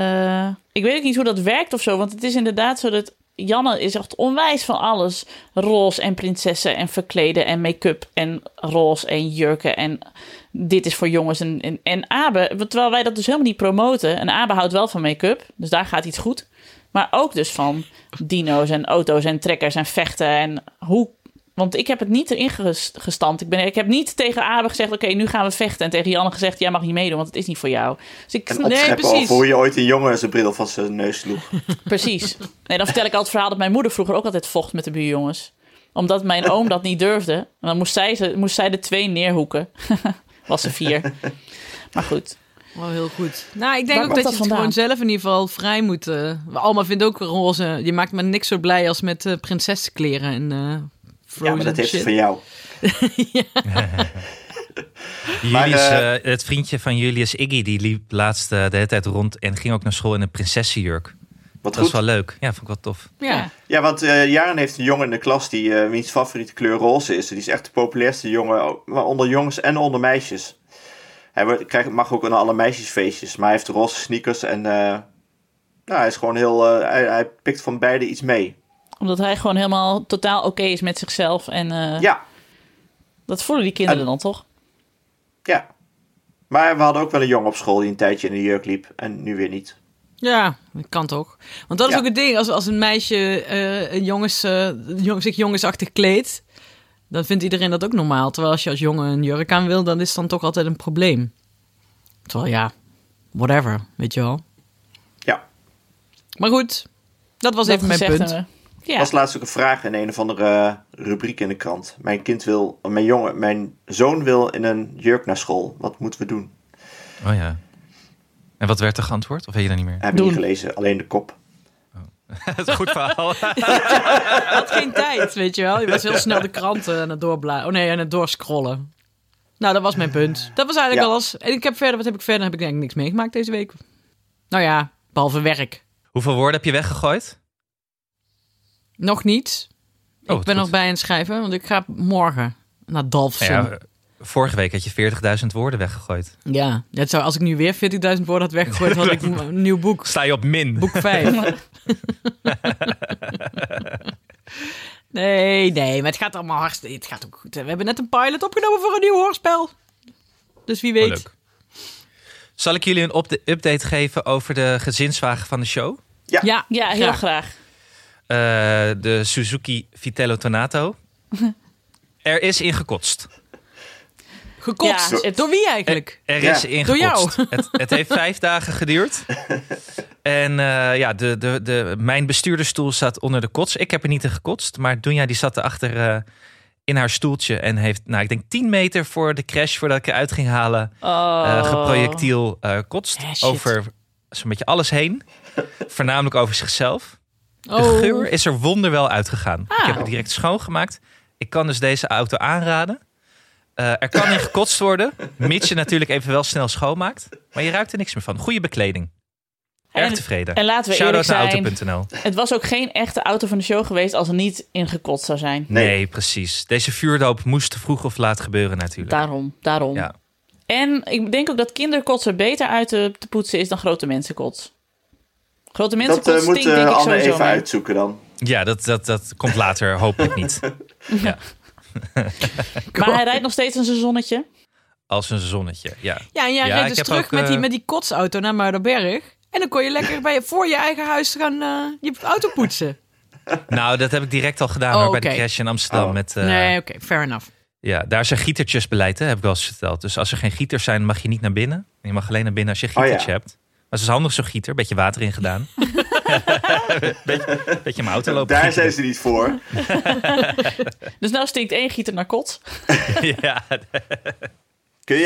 ik weet ook niet hoe dat werkt of zo. Want het is inderdaad zo dat Janne is echt onwijs van alles. Roze en prinsessen en verkleden en make-up en roze en jurken. En dit is voor jongens. En Abe, terwijl wij dat dus helemaal niet promoten. En Abe houdt wel van make-up. Dus daar gaat iets goed. Maar ook dus van dino's en auto's en trekkers en vechten. En hoe... Want ik heb het niet erin gestampt. Ik heb niet tegen Abe gezegd, oké, nu gaan we vechten. En tegen Janne gezegd, jij mag niet meedoen, want het is niet voor jou. Dus precies. Over hoe je ooit een jongen zijn bril van zijn neus sloeg. Precies. Nee, dan vertel ik al het verhaal dat mijn moeder vroeger ook altijd vocht met de buurjongens. Omdat mijn oom dat niet durfde. En dan moest zij de 2 neerhoeken. Was ze 4. Maar goed. Wel heel goed. Nou, ik denk ook dat je het gewoon zelf in ieder geval vrij moet... Alma vindt ook roze. Je maakt me niks zo blij als met prinsessenkleren en Frozen. Ja, maar dat heeft ze van jou. Het vriendje van Julius, Iggy, die liep laatst de hele tijd rond en ging ook naar school in een prinsessenjurk. Dat is wel leuk. Ja, vond ik wel tof. Ja, want Jaren heeft een jongen in de klas die wiens favoriete kleur roze is. Die is echt de populairste jongen, onder jongens en onder meisjes. Hij mag ook naar alle meisjesfeestjes, maar hij heeft roze sneakers en hij is gewoon heel... hij pikt van beide iets mee. Omdat hij gewoon helemaal totaal oké is met zichzelf. En dat voelen die kinderen dan toch? Ja, maar we hadden ook wel een jongen op school die een tijdje in de jurk liep en nu weer niet. Ja, dat kan toch. Want dat is ook het ding, als een meisje zich jongensachtig kleedt, dan vindt iedereen dat ook normaal. Terwijl als je als jongen een jurk aan wil, dan is het dan toch altijd een probleem. Terwijl whatever, weet je wel. Ja. Maar goed, dat was even mijn punt. Er was laatst ook een vraag in een of andere rubriek in de krant. Mijn zoon wil in een jurk naar school. Wat moeten we doen? Oh ja. En wat werd er geantwoord? Of weet je dat niet meer? Heb je niet gelezen, alleen de kop. Dat is een goed verhaal. Je had geen tijd, weet je wel. Je was heel snel de kranten aan het doorbladeren. aan het doorscrollen. Nou, dat was mijn punt. Dat was eigenlijk alles. En wat heb ik verder? Heb ik eigenlijk niks meegemaakt deze week. Nou ja, behalve werk. Hoeveel woorden heb je weggegooid? Nog niet. Ik ben nog bij aan het schrijven, want ik ga morgen naar Dalfsen. Ja, vorige week had je 40.000 woorden weggegooid. Ja, als ik nu weer 40.000 woorden had weggegooid, had ik een nieuw boek. Sta je op min. Boek 5. Nee, maar het gaat allemaal hartstikke... Het gaat ook goed. We hebben net een pilot opgenomen voor een nieuw hoorspel. Dus wie weet. Leuk. Zal ik jullie een update geven over de gezinswagen van de show? Ja, heel graag. De Suzuki Vitello Tornado. Er is ingekotst. Gekotst? Ja, Door wie eigenlijk? Er is ingekotst. Door jou. Het heeft 5 dagen geduurd. En mijn bestuurdersstoel zat onder de kots. Ik heb er niet in gekotst. Maar Dunja die zat erachter in haar stoeltje. En heeft, ik denk 10 meter voor de crash, voordat ik eruit ging halen, geprojectiel kotst. Over zo'n beetje alles heen. Voornamelijk over zichzelf. De geur is er wonderwel uitgegaan. Ik heb het direct schoongemaakt. Ik kan dus deze auto aanraden. Er kan in gekotst worden, mits je natuurlijk even wel snel schoonmaakt. Maar je ruikt er niks meer van. Goede bekleding. Erg tevreden. En laten we eerlijk zijn, Auto.nl. Het was ook geen echte auto van de show geweest als er niet in gekotst zou zijn. Nee, precies. Deze vuurdoop moest vroeg of laat gebeuren natuurlijk. Daarom. Ja. En ik denk ook dat kinderkotsen beter uit te poetsen is dan grote mensenkots. Grote mensenkots stinkt denk ik Anne sowieso even mee. uitzoeken dan. Ja, dat komt later hopelijk niet. Ja. Maar hij rijdt nog steeds in zijn zonnetje. Als een zonnetje, ja. Ja, en jij reed dus terug ook, met die kotsauto naar Muiderberg. En dan kon je lekker voor je eigen huis gaan je auto poetsen. Nou, dat heb ik direct al gedaan bij de crash in Amsterdam. Nee, oké, fair enough. Ja, daar is een gietertjesbeleid, heb ik wel eens verteld. Dus als er geen gieters zijn, mag je niet naar binnen. Je mag alleen naar binnen als je een gietertje hebt. Maar het is handig zo'n gieter, beetje water in gedaan. beetje mijn auto lopen. Daar gieteren. zijn ze niet voor. Dus nou stinkt 1 gieter naar kots. Ja. Kun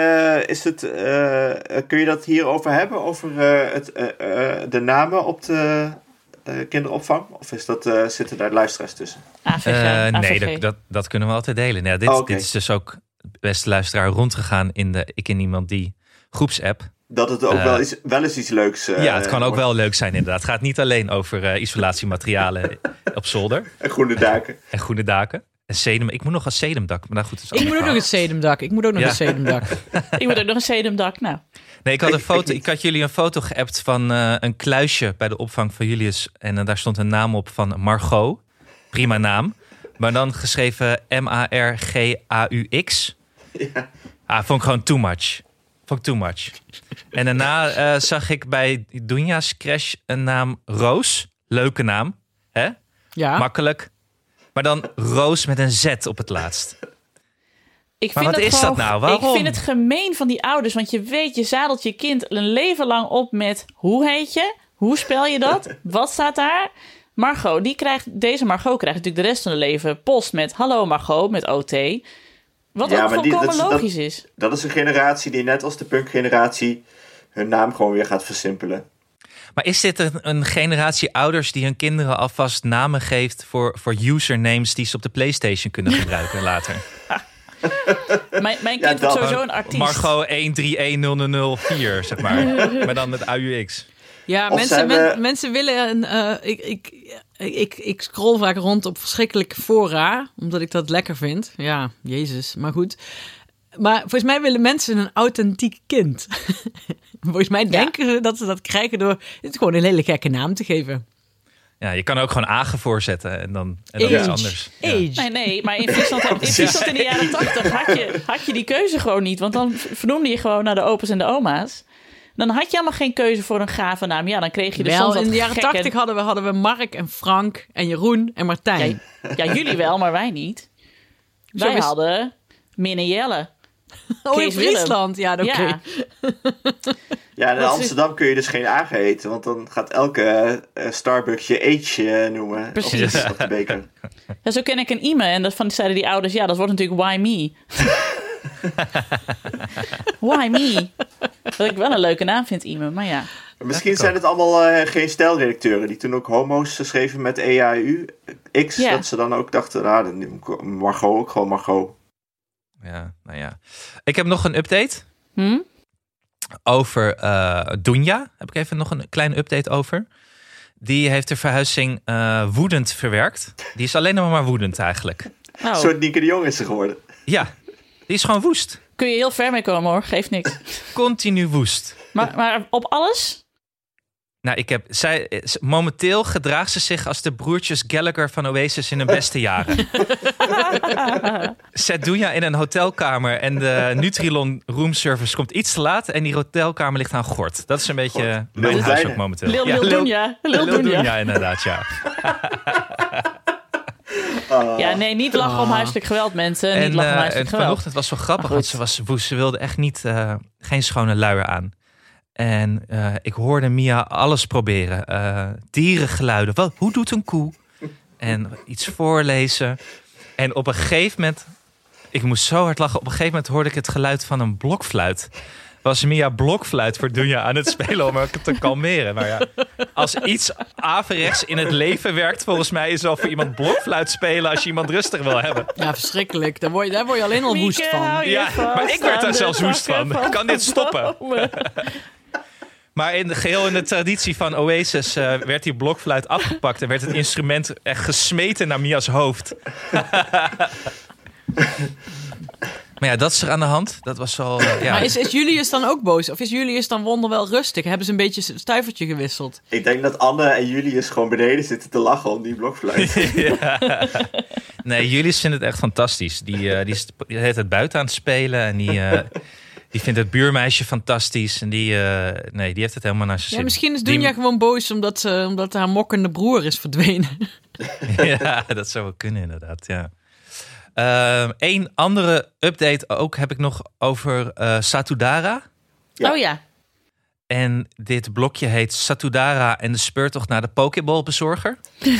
je dat hierover hebben? Over de namen op de kinderopvang? Of zitten daar luisteraars tussen? AVG. Nee, dat kunnen we altijd delen. Ja, dit is dus ook, beste luisteraar, rondgegaan in de Ik en Niemand Die groepsapp. Dat het ook wel eens iets leuks ja, het kan ook wel leuk zijn inderdaad. Het gaat niet alleen over isolatiematerialen op zolder. En groene daken. En groene daken. En sedum. Ik moet nog een sedumdak. Maar nou goed, Ik moet ook nog een sedumdak. Ik moet ook nog een sedumdak. Nou. Nee, ik had jullie een foto geappt van een kluisje bij de opvang van Julius. En daar stond een naam op van Margot. Prima naam. Maar dan geschreven Margaux. Ja. Vond ik gewoon too much. En daarna zag ik bij Dunja's crash een naam Roos. Leuke naam. Hè? Ja. Makkelijk. Maar dan Roos met een Z op het laatst. Wat is dat nou? Waarom? Ik vind het gemeen van die ouders. Want je weet, je zadelt je kind een leven lang op met hoe heet je? Hoe spel je dat? Wat staat daar? Deze Margot krijgt natuurlijk de rest van haar leven post met hallo Margot, met OT. Wat ook volkomen logisch is. Dat is een generatie die net als de punkgeneratie hun naam gewoon weer gaat versimpelen. Maar is dit een generatie ouders die hun kinderen alvast namen geeft voor usernames die ze op de PlayStation kunnen gebruiken later? Mijn kind wordt sowieso een artiest. Margot 131004, zeg maar. Maar dan met AUX. Ja, mensen willen ik scroll vaak rond op verschrikkelijke fora, omdat ik dat lekker vind. Ja, jezus, maar goed. Maar volgens mij willen mensen een authentiek kind. Volgens mij denken ze dat ze dat krijgen door het gewoon een hele gekke naam te geven. Ja, je kan ook gewoon Agen voorzetten en dan iets anders. Age. Nee, maar in Friesland in de jaren 80 had je die keuze gewoon niet. Want dan vernoemde je gewoon naar de opa's en de oma's. Dan had je helemaal geen keuze voor een gave naam. Ja, dan kreeg je dus soms wat in de jaren gekke... 80 hadden we Mark en Frank en Jeroen en Martijn. Ja, jullie wel, maar wij niet. Wij hadden Min en Jelle. In Friesland, ja, oké. Ja, in Amsterdam kun je dus geen Agen eten, want dan gaat elke Starbucks je Age noemen. Precies. Op de beker. Ja, zo ken ik een Ime en zeiden die ouders, ja, dat wordt natuurlijk Why Me. Why Me? Wat ik wel een leuke naam vind, Ime, maar ja. Misschien zijn het allemaal geen stijlredacteuren die toen ook homo's schreven met EAUX. Ja. Dat ze dan ook dachten, Margot ook gewoon Margot. Ja, nou ja. Ik heb nog een update. Over Dunja. Heb ik even nog een kleine update over. Die heeft de verhuizing woedend verwerkt. Die is alleen nog maar woedend eigenlijk. Oh. Een soort Nieke de Jong is ze geworden. Ja, die is gewoon woest. Kun je heel ver mee komen hoor, geeft niks. Continu woest. Maar op alles? Nou, momenteel gedraagt ze zich als de broertjes Gallagher van Oasis in hun beste jaren. Zet Dunja in een hotelkamer en de Nutrilon roomservice komt iets te laat en die hotelkamer ligt aan gort. Dat is een beetje mijn huis ook momenteel. Lil Dunja, inderdaad, ja. Ja, nee, niet lachen om huiselijk geweld, mensen. Niet lachen om huiselijk geweld. Vanochtend was zo grappig, want ze was woest. Ze wilde echt niet, geen schone luier aan. En ik hoorde Mia alles proberen. Dierengeluiden. Hoe doet een koe? En iets voorlezen. En op een gegeven moment... Ik moest zo hard lachen. Op een gegeven moment hoorde ik het geluid van een blokfluit. Was Mia blokfluit voor Dunja aan het spelen om haar te kalmeren. Maar ja, als iets averechts in het leven werkt... volgens mij is al voor iemand blokfluit spelen... als je iemand rustig wil hebben. Ja, verschrikkelijk. Daar word je alleen al woest van. Ja, maar ik werd daar zelfs woest van. Kan dit stoppen? Maar geheel in de traditie van Oasis werd die blokfluit afgepakt... en werd het instrument echt gesmeten naar Mia's hoofd. Maar ja, dat is er aan de hand. Dat was al... ja. Maar is Julius dan ook boos? Of is Julius dan wonderwel rustig? Hebben ze een beetje een stuivertje gewisseld? Ik denk dat Anne en Julius gewoon beneden zitten te lachen om die blokfluit. Ja. Nee, Julius vindt het echt fantastisch. Die heet het buiten aan het spelen en die vindt het buurmeisje fantastisch. En die heeft het helemaal naar zijn zin. Ja, misschien is Dunja gewoon boos omdat haar mokkende broer is verdwenen. Ja, dat zou wel kunnen inderdaad, ja. Een andere update ook heb ik nog over Satudara. Ja. Oh ja. En dit blokje heet Satudara en de speurtocht naar de Pokéball-bezorger.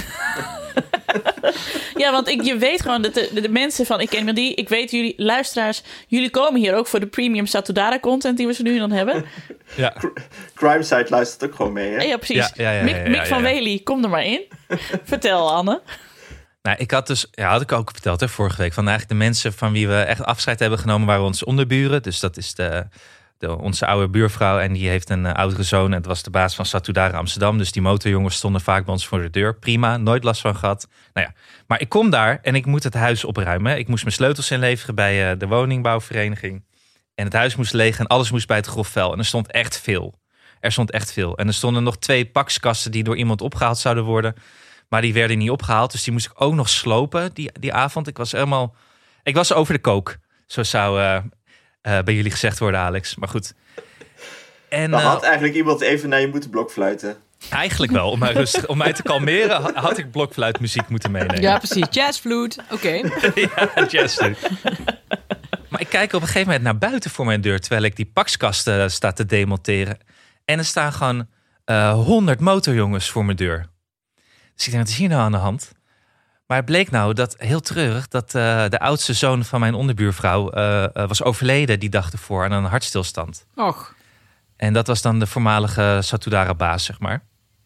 Ja, want je weet gewoon dat de mensen van Ik Ken Iemand Die... Ik weet jullie, luisteraars, jullie komen hier ook voor de premium Satudara content die we zo nu dan hebben. Ja. Crimesite luistert ook gewoon mee, hè? Ja, precies. Mick van Wely, kom er maar in. Vertel, Anne. Nou, ik had ik ook verteld vorige week... van eigenlijk de mensen van wie we echt afscheid hebben genomen... waren onze onderburen. Dus dat is onze oude buurvrouw en die heeft een oudere zoon... en het was de baas van Satudara Amsterdam. Dus die motorjongens stonden vaak bij ons voor de deur. Prima, nooit last van gehad. Nou ja, maar ik kom daar en ik moet het huis opruimen. Ik moest mijn sleutels inleveren bij de woningbouwvereniging. En het huis moest leeg en alles moest bij het grof vuil. En er stond echt veel. En er stonden nog 2 pakskasten die door iemand opgehaald zouden worden... Maar die werden niet opgehaald. Dus die moest ik ook nog slopen die avond. Ik was over de kook. Zo zou bij jullie gezegd worden, Alex. Maar goed. En, had eigenlijk iemand even naar je moeten blokfluiten? Eigenlijk wel. Om mij te kalmeren had ik blokfluitmuziek moeten meenemen. Ja, precies. Jazzfluit. Oké. Ja, jazzfluit. Maar ik kijk op een gegeven moment naar buiten voor mijn deur... terwijl ik die pakskasten sta te demonteren. En er staan gewoon 100 motorjongens voor mijn deur. Dus ik denk, wat is hier nou aan de hand? Maar het bleek nou dat, heel treurig... dat de oudste zoon van mijn onderbuurvrouw was overleden die dag ervoor aan een hartstilstand. Och. En dat was dan de voormalige Satudara-baas, zeg maar.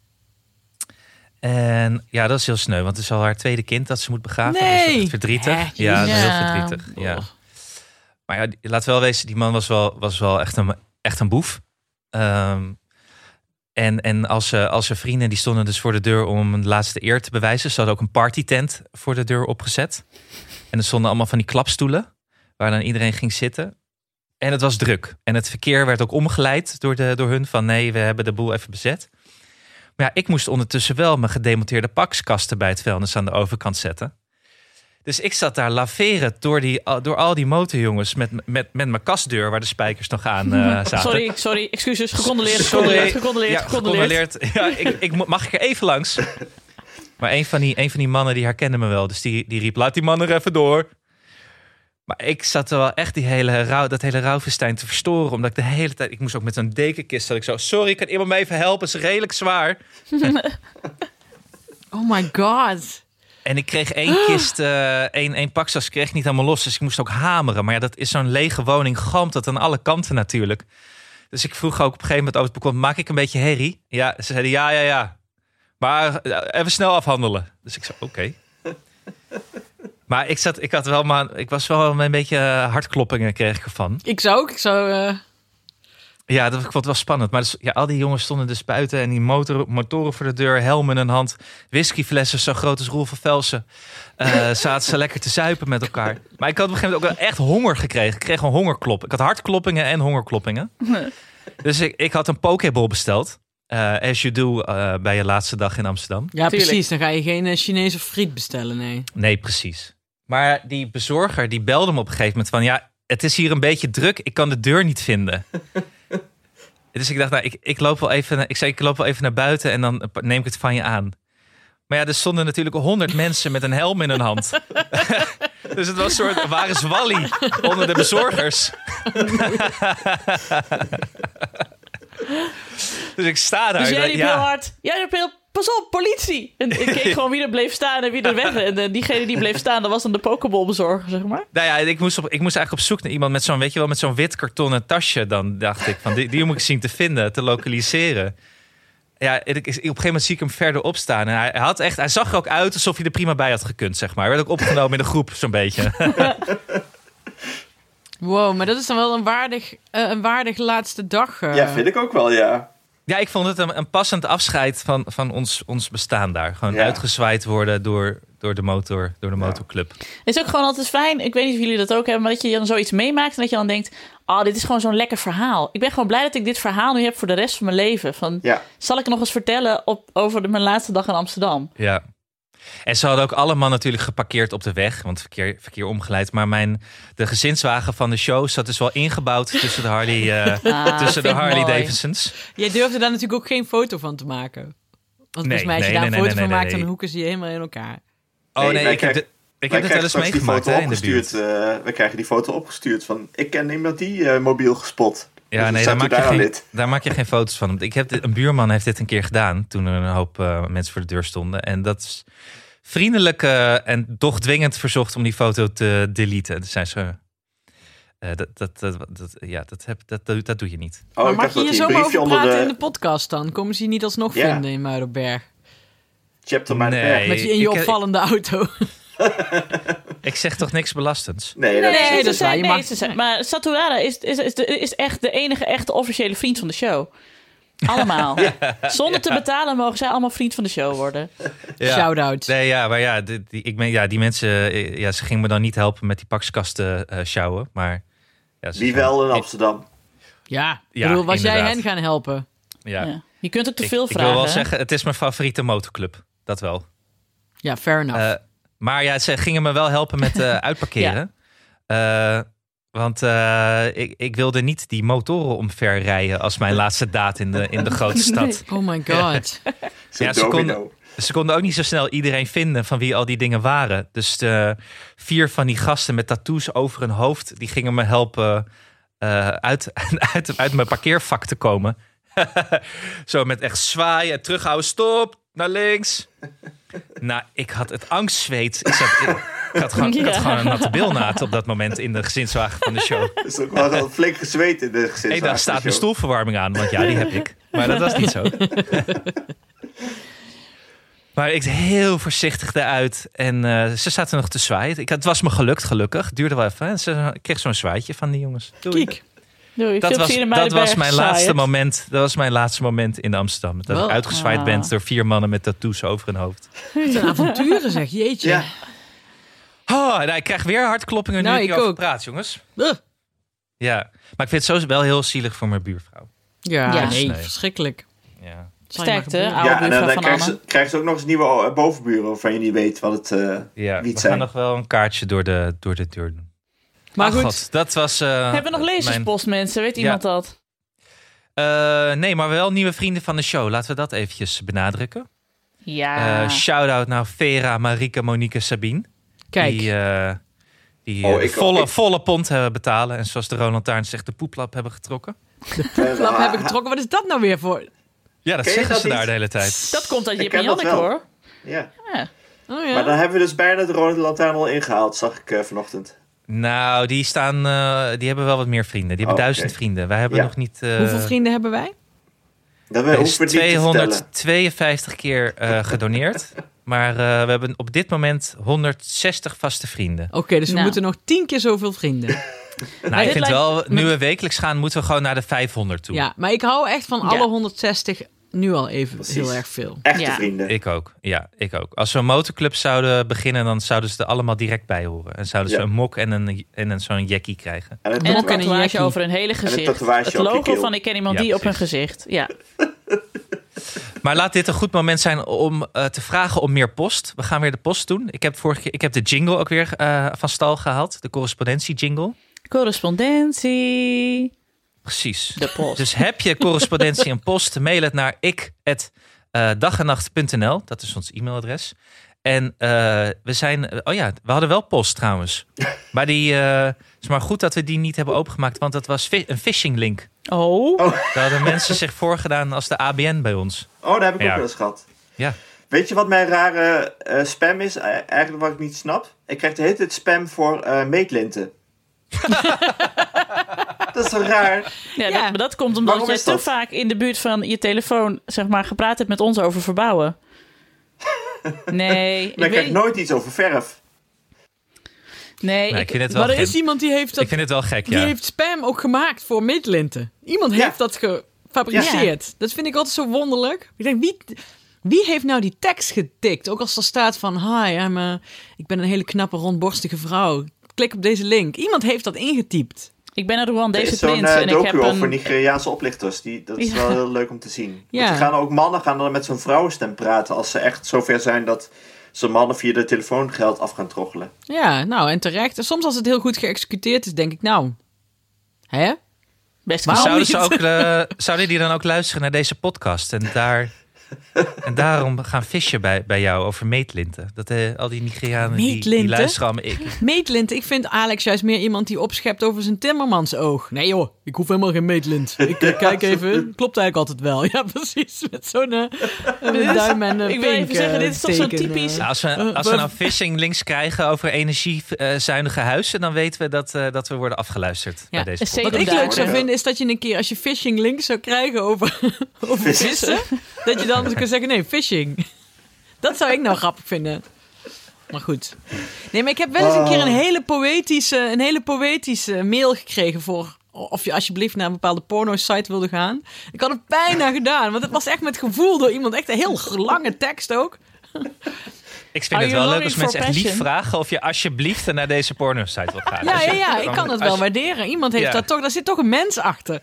En ja, dat is heel sneu, want het is al haar tweede kind dat ze moet begraven. Nee. Dat is echt verdrietig. Ja, dat is heel verdrietig. Ja. Maar ja, laat wel wezen, die man was wel echt een boef. En als zijn vrienden, die stonden dus voor de deur om een laatste eer te bewijzen. Ze hadden ook een partytent voor de deur opgezet. En er stonden allemaal van die klapstoelen, waar dan iedereen ging zitten. En het was druk. En het verkeer werd ook omgeleid door hun van nee, we hebben de boel even bezet. Maar ja, ik moest ondertussen wel mijn gedemonteerde pakskasten bij het vuilnis aan de overkant zetten. Dus ik zat daar laveren door al die motorjongens met mijn kastdeur waar de spijkers nog aan zaten. Sorry, excuses, gecondoleerd. Ja, mag ik er even langs? Maar een van die mannen die herkende me wel, dus die riep, laat die man er even door. Maar ik zat er wel echt dat hele rouwfestijn te verstoren, omdat ik de hele tijd, ik moest ook met zo'n dekenkist, dat ik zo, sorry, kan iemand me even helpen? Het is redelijk zwaar. Oh my god. En ik kreeg één kist, één pakzas kreeg ik niet helemaal los. Dus ik moest ook hameren. Maar ja, dat is zo'n lege woning. Galmt dat aan alle kanten natuurlijk. Dus ik vroeg ook op een gegeven moment over het balkon, maak ik een beetje herrie? Ja, ze zeiden ja. Maar even snel afhandelen. Dus ik zei, oké. Maar ik was wel een beetje hartkloppingen kreeg ik ervan. Ik zou Ja, ik vond het wel spannend. Maar dus, ja, al die jongens stonden dus buiten en die motoren voor de deur, helm in hun hand, whiskyflessen zo groot als Roel van Velsen. Zaten ze lekker te zuipen met elkaar. Maar ik had op een gegeven moment ook wel echt honger gekregen. Ik kreeg een hongerklop. Ik had hartkloppingen en hongerkloppingen. Dus ik had een pokeball besteld. As you do bij je laatste dag in Amsterdam. Ja, Tuurlijk. precies. Dan ga je geen Chinese friet bestellen, nee. Nee, precies. Maar die bezorger die belde me op een gegeven moment van... ja, het is hier een beetje druk. Ik kan de deur niet vinden. Dus ik dacht, nou, ik loop wel even... Ik loop wel even naar buiten en dan neem ik het van je aan. Maar ja, er stonden natuurlijk 100 mensen met een helm in hun hand. Dus het was een soort waar is Wally onder de bezorgers. Dus ik sta daar. Dus jij en riep ja. heel hard. Jij riep heel... Pas op, politie! En ik keek gewoon wie er bleef staan en wie er weg. En diegene die bleef staan, dat was dan de Pokéball-bezorger, zeg maar. Nou ja, ik moest eigenlijk op zoek naar iemand met zo'n, weet je wel, met zo'n wit kartonnen tasje. Dan dacht ik van, die moet ik zien te vinden, te lokaliseren. Ja, op een gegeven moment zie ik hem verderop staan. En hij zag er ook uit alsof hij er prima bij had gekund, zeg maar. Hij werd ook opgenomen in de groep, zo'n beetje. Wow, maar dat is dan wel een waardig laatste dag. Ja, vind ik ook wel, ja. Ja, ik vond het een passend afscheid van ons bestaan daar. Gewoon Ja. uitgezwaaid worden door de motorclub. Het is ook gewoon altijd fijn, ik weet niet of jullie dat ook hebben... maar dat je dan zoiets meemaakt en dat je dan denkt... dit is gewoon zo'n lekker verhaal. Ik ben gewoon blij dat ik dit verhaal nu heb voor de rest van mijn leven. Van, zal ik nog eens vertellen over mijn laatste dag in Amsterdam? Ja. En ze hadden ook allemaal natuurlijk geparkeerd op de weg. Want verkeer omgeleid. Maar de gezinswagen van de show zat dus wel ingebouwd tussen de Harley Davidsons. Jij durfde daar natuurlijk ook geen foto van te maken. Want volgens mij als je daar een foto van maakt, dan hoeken ze je helemaal in elkaar. Oh nee, ik heb het wel eens meegemaakt in de buurt. We krijgen die foto opgestuurd van... ik ken iemand die mobiel gespot. Ja, dus nee, daar maak je geen foto's van. Een buurman heeft dit een keer gedaan... toen er een hoop mensen voor de deur stonden. En dat is vriendelijk en toch dwingend verzocht... om die foto te deleten. En toen zijn ze... Dat doe je niet. Maar mag je hier zomaar over praten in de podcast dan? Komen ze je niet alsnog Ja. vinden in Muidenberg? Chapter mijn Nee. berg. Met je in je opvallende auto. Ik zeg toch niks belastends? Nee, dat is waar. Je mag... Maar Saturada is echt de enige echte officiële vriend van de show. Allemaal. Zonder te betalen mogen zij allemaal vriend van de show worden. Ja. Shout-out. Nee, ja, maar ja, die mensen... Ja, ze gingen me dan niet helpen met die pakskasten sjouwen. Maar... Ja, Wie wel in Amsterdam? Ja, Ja, bedoel, was jij inderdaad. hen gaan helpen? Ja. Ja. Je kunt ook te veel Ik vragen. wil wel hè? zeggen, het is mijn favoriete motorclub. Dat wel. Ja, fair enough. Maar ja, ze gingen me wel helpen met uitparkeren. Want ik wilde niet die motoren omver rijden als mijn laatste daad in de grote stad. Oh my god. Ja, ze konden ook niet zo snel iedereen vinden van wie al die dingen waren. Dus 4 van die gasten met tattoos over hun hoofd... die gingen me helpen uit mijn parkeervak te komen. Zo met echt zwaaien en terughouden. Stop, naar links. Nou, ik had het angstzweet. Ik had gewoon een natte bilnaad op dat moment in de gezinswagen van de show. Er is ook wel een flink gezweet in de gezinswagen. Ik dacht, staat mijn stoelverwarming aan? Want ja, die heb ik. Maar dat was niet zo. Maar ik heel voorzichtig eruit. En ze zaten nog te zwaaien. Het was me gelukt, gelukkig. Het duurde wel even. En ik kreeg zo'n zwaaitje van die jongens. Kiek. Doei, Dat was mijn laatste moment. moment. Dat was mijn laatste moment in Amsterdam. Dat ik uitgezwaaid ben door 4 mannen met tattoos over hun hoofd. Het zijn avonturen zeg, jeetje. Ja. Oh, ik krijg weer hartkloppingen nu Nou, ik ik over ook. praat, jongens. Ugh. Ja, maar ik vind het zo wel heel zielig voor mijn buurvrouw. Ja, Ja. nee, Nee. verschrikkelijk. Ja. Zal je maar Sterkte, gebeuren. oude Ja, en buurvrouw dan van Anne. krijgen ze ook nog eens nieuwe bovenburen... waarvan je niet weet wat het Ja, wie we het gaan zijn. nog wel een kaartje door de deur doen. Maar Ach, goed, God, dat was... Hebben we nog lezerspost, mensen? Weet iemand dat? Nee, maar wel nieuwe vrienden van de show. Laten we dat eventjes benadrukken. Ja. Shout-out naar Vera, Marike, Monique, Sabine. kijk. Die ik volle pond hebben betalen. En zoals de Roland Taarns zegt, de poeplap hebben getrokken. Klap heb ik getrokken. Wat is dat nou weer voor? Ja, dat Ken je zeggen dat ze daar niet? de hele tijd. Dat komt uit Ik Jip ken en dat Janneke, wel. hoor. Ja. Oh ja. Maar dan hebben we dus bijna de Rode Lantaarn al ingehaald, zag ik vanochtend. Nou, die hebben wel wat meer vrienden. Die hebben 1000 oké. vrienden. Wij hebben Ja. nog niet... Hoeveel vrienden hebben wij? Dat Er is hoeven we niet te vertellen. 252 keer gedoneerd. Maar we hebben op dit moment 160 vaste vrienden. Oké, dus we Nou. moeten nog 10 keer zoveel vrienden. Nou, ik dit vind lijkt- wel, nu we wekelijks gaan, moeten we gewoon naar de 500 toe. Ja, maar ik hou echt van Ja. alle 160 nu al even Precies. heel erg veel. Echte Ja. vrienden. Ik ook. Ja, ik ook. Als we een motorclub zouden beginnen, dan zouden ze er allemaal direct bij horen. En zouden ze Ja. een mok en zo'n jackie krijgen. En En een en een tatoeage jackie. over hun hele gezicht. tatoeage Het op je logo keel. van ik ken iemand Ja, die op hun precies. gezicht. Ja. Maar laat dit een goed moment zijn om te vragen om meer post. We gaan weer de post doen. Ik heb de jingle ook weer van stal gehaald. De correspondentie-jingle. Correspondentie. Precies. De post. Dus heb je correspondentie en post, mail het naar ik@dagennacht.nl. Dat is ons e-mailadres. En we hadden wel post trouwens. Maar die is maar goed dat we die niet hebben opengemaakt, want dat was een phishing link. Oh. Daar hadden mensen zich voorgedaan als de ABN bij ons. Oh, daar heb ik ook wel eens gehad. Ja. Weet je wat mijn rare spam is? Eigenlijk wat ik niet snap. Ik krijg de hele tijd spam voor meetlinten. Dat is zo raar. Ja, dat komt omdat Waarom je te vaak in de buurt van je telefoon zeg maar gepraat hebt met ons over verbouwen. Nee. Maar ik krijg nooit iets over verf. Nee, ik vind het wel Maar er gek. is iemand die heeft dat... Ik vind het wel gek, Die heeft spam ook gemaakt voor meetlinten. Iemand heeft dat gefabriceerd. Ja. Dat vind ik altijd zo wonderlijk. Ik denk, wie heeft nou die tekst getikt? Ook als er staat van... Hi, ik ben een hele knappe, rondborstige vrouw. Klik op deze link. Iemand heeft dat ingetypt. Ik ben een Rwandese Er prins is en zo'n ik heb docu over een... Nigeriaanse oplichters. Dat is wel heel leuk om te zien. Ja. Want mannen gaan dan met zo'n vrouwenstem praten... als ze echt zover zijn dat ze mannen via de telefoon geld af gaan troggelen. Ja, nou, en terecht. En soms als het heel goed geëxecuteerd is, denk ik, nou... Hè? Best Zouden die dan ook luisteren naar deze podcast en daarom gaan vissen bij jou over meetlinten? Dat al die Nigerianen die luisteren allemaal. Meetlint, ik vind Alex juist meer iemand die opschept over zijn timmermansoog. Nee joh, ik hoef helemaal geen meetlint. Ik kijk even, klopt eigenlijk altijd wel. Ja, precies, met zo'n duim en ik wil even zeggen, dit is toch zo'n typisch... Als we nou phishing links krijgen over energiezuinige huizen, dan weten we dat we worden afgeluisterd bij deze podcast. Wat ik leuk zou vinden is dat je een keer, als je phishing links zou krijgen over vissen, dat je dan kan zeggen, nee, phishing. Dat zou ik nou grappig vinden. Maar goed. Nee, maar ik heb wel eens een keer een hele poëtische mail gekregen voor of je alsjeblieft naar een bepaalde porno-site wilde gaan. Ik had het bijna gedaan, want het was echt met gevoel door iemand. Echt een heel lange tekst ook. Ik vind het wel leuk als mensen echt lief vragen of je alsjeblieft naar deze porno-site wil gaan. Ja, ik kan het wel waarderen. Iemand heeft daar zit toch een mens achter.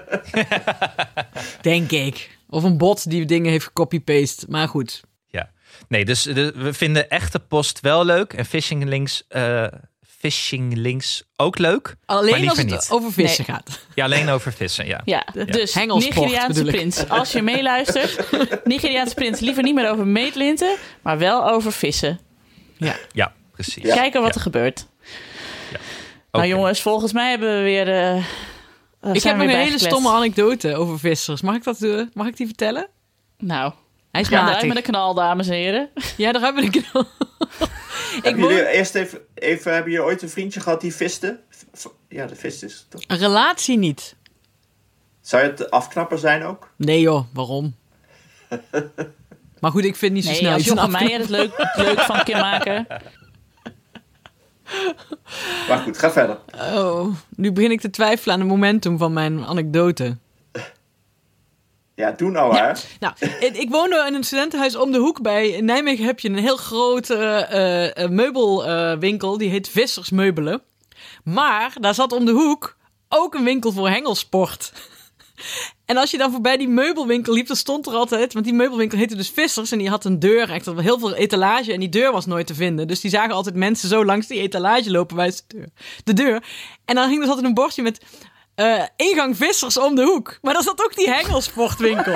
Denk ik. Of een bot die dingen heeft gecopy-paste. Maar goed. Ja. Nee, dus we vinden echte post wel leuk. En phishing links ook leuk. Alleen als het over vissen gaat. Ja, alleen over vissen, ja. Dus Nigeriaanse prins, als je meeluistert. Nigeriaanse prins, liever niet meer over meetlinten, maar wel over vissen. Ja, precies. Kijken wat er gebeurt. Ja. Nou jongens, volgens mij hebben we weer... ik heb nog een hele stomme anekdote over vissers. Mag ik die vertellen? Nou, hij is eruit met een knal, dames en heren. Ja, daar hebben we een knal. Hebben jullie ooit een vriendje gehad die viste? Ja, de vist is toch... Een relatie niet. Zou het afknapper zijn ook? Nee joh, waarom? Maar goed, ik vind niet zo snel als iets Jochem Meijer het leuk van kan maken. Maar goed, ga verder. Oh, nu begin ik te twijfelen aan het momentum van mijn anekdote. Ja, doe nou hè. Nou, ik woonde in een studentenhuis om de hoek bij. In Nijmegen heb je een heel grote meubelwinkel. Die heet Vissers Meubelen. Maar daar zat om de hoek ook een winkel voor hengelsport. En als je dan voorbij die meubelwinkel liep, dan stond er altijd... Want die meubelwinkel heette dus Vissers en die had een deur. Echt heel veel etalage en die deur was nooit te vinden. Dus die zagen altijd mensen zo langs die etalage lopen bij de deur. En dan hing dus altijd een bordje met... ingang Vissers om de hoek. Maar daar zat ook die hengelsportwinkel.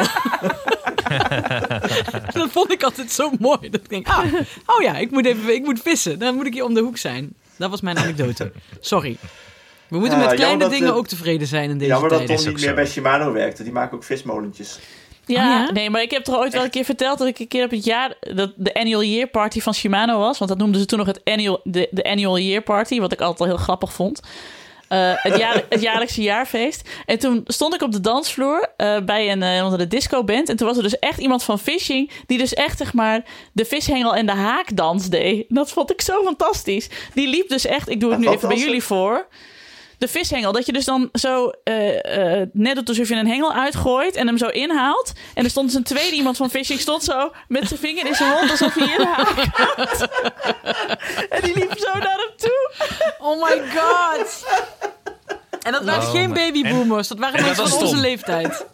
Dat vond ik altijd zo mooi. Dat ik denk, ik moet vissen. Dan moet ik hier om de hoek zijn. Dat was mijn anekdote. Sorry. We moeten met kleine dingen ook tevreden zijn in deze tijd. Jammer dat Tom niet meer bij Shimano werkt. Die maken ook vismolentjes. Ja, nee, maar ik heb toch ooit wel een keer verteld dat ik een keer op het jaar... dat de annual year party van Shimano was. Want dat noemden ze toen nog de annual year party. Wat ik altijd al heel grappig vond. Het jaarlijkse jaarfeest. En toen stond ik op de dansvloer bij onder de discoband. En toen was er dus echt iemand van Fishing... die dus echt, zeg maar, de vishengel en de haakdans deed. Dat vond ik zo fantastisch. Die liep dus echt... Ik doe het nu even bij jullie voor... De vishengel, dat je dus dan zo net doet alsof je een hengel uitgooit en hem zo inhaalt. En er stond dus een tweede iemand van Fishing, stond zo met zijn vinger in zijn mond alsof hij in de haak had. En die liep zo naar hem toe. Oh my god. En dat waren geen babyboomers, dat waren mensen van onze leeftijd.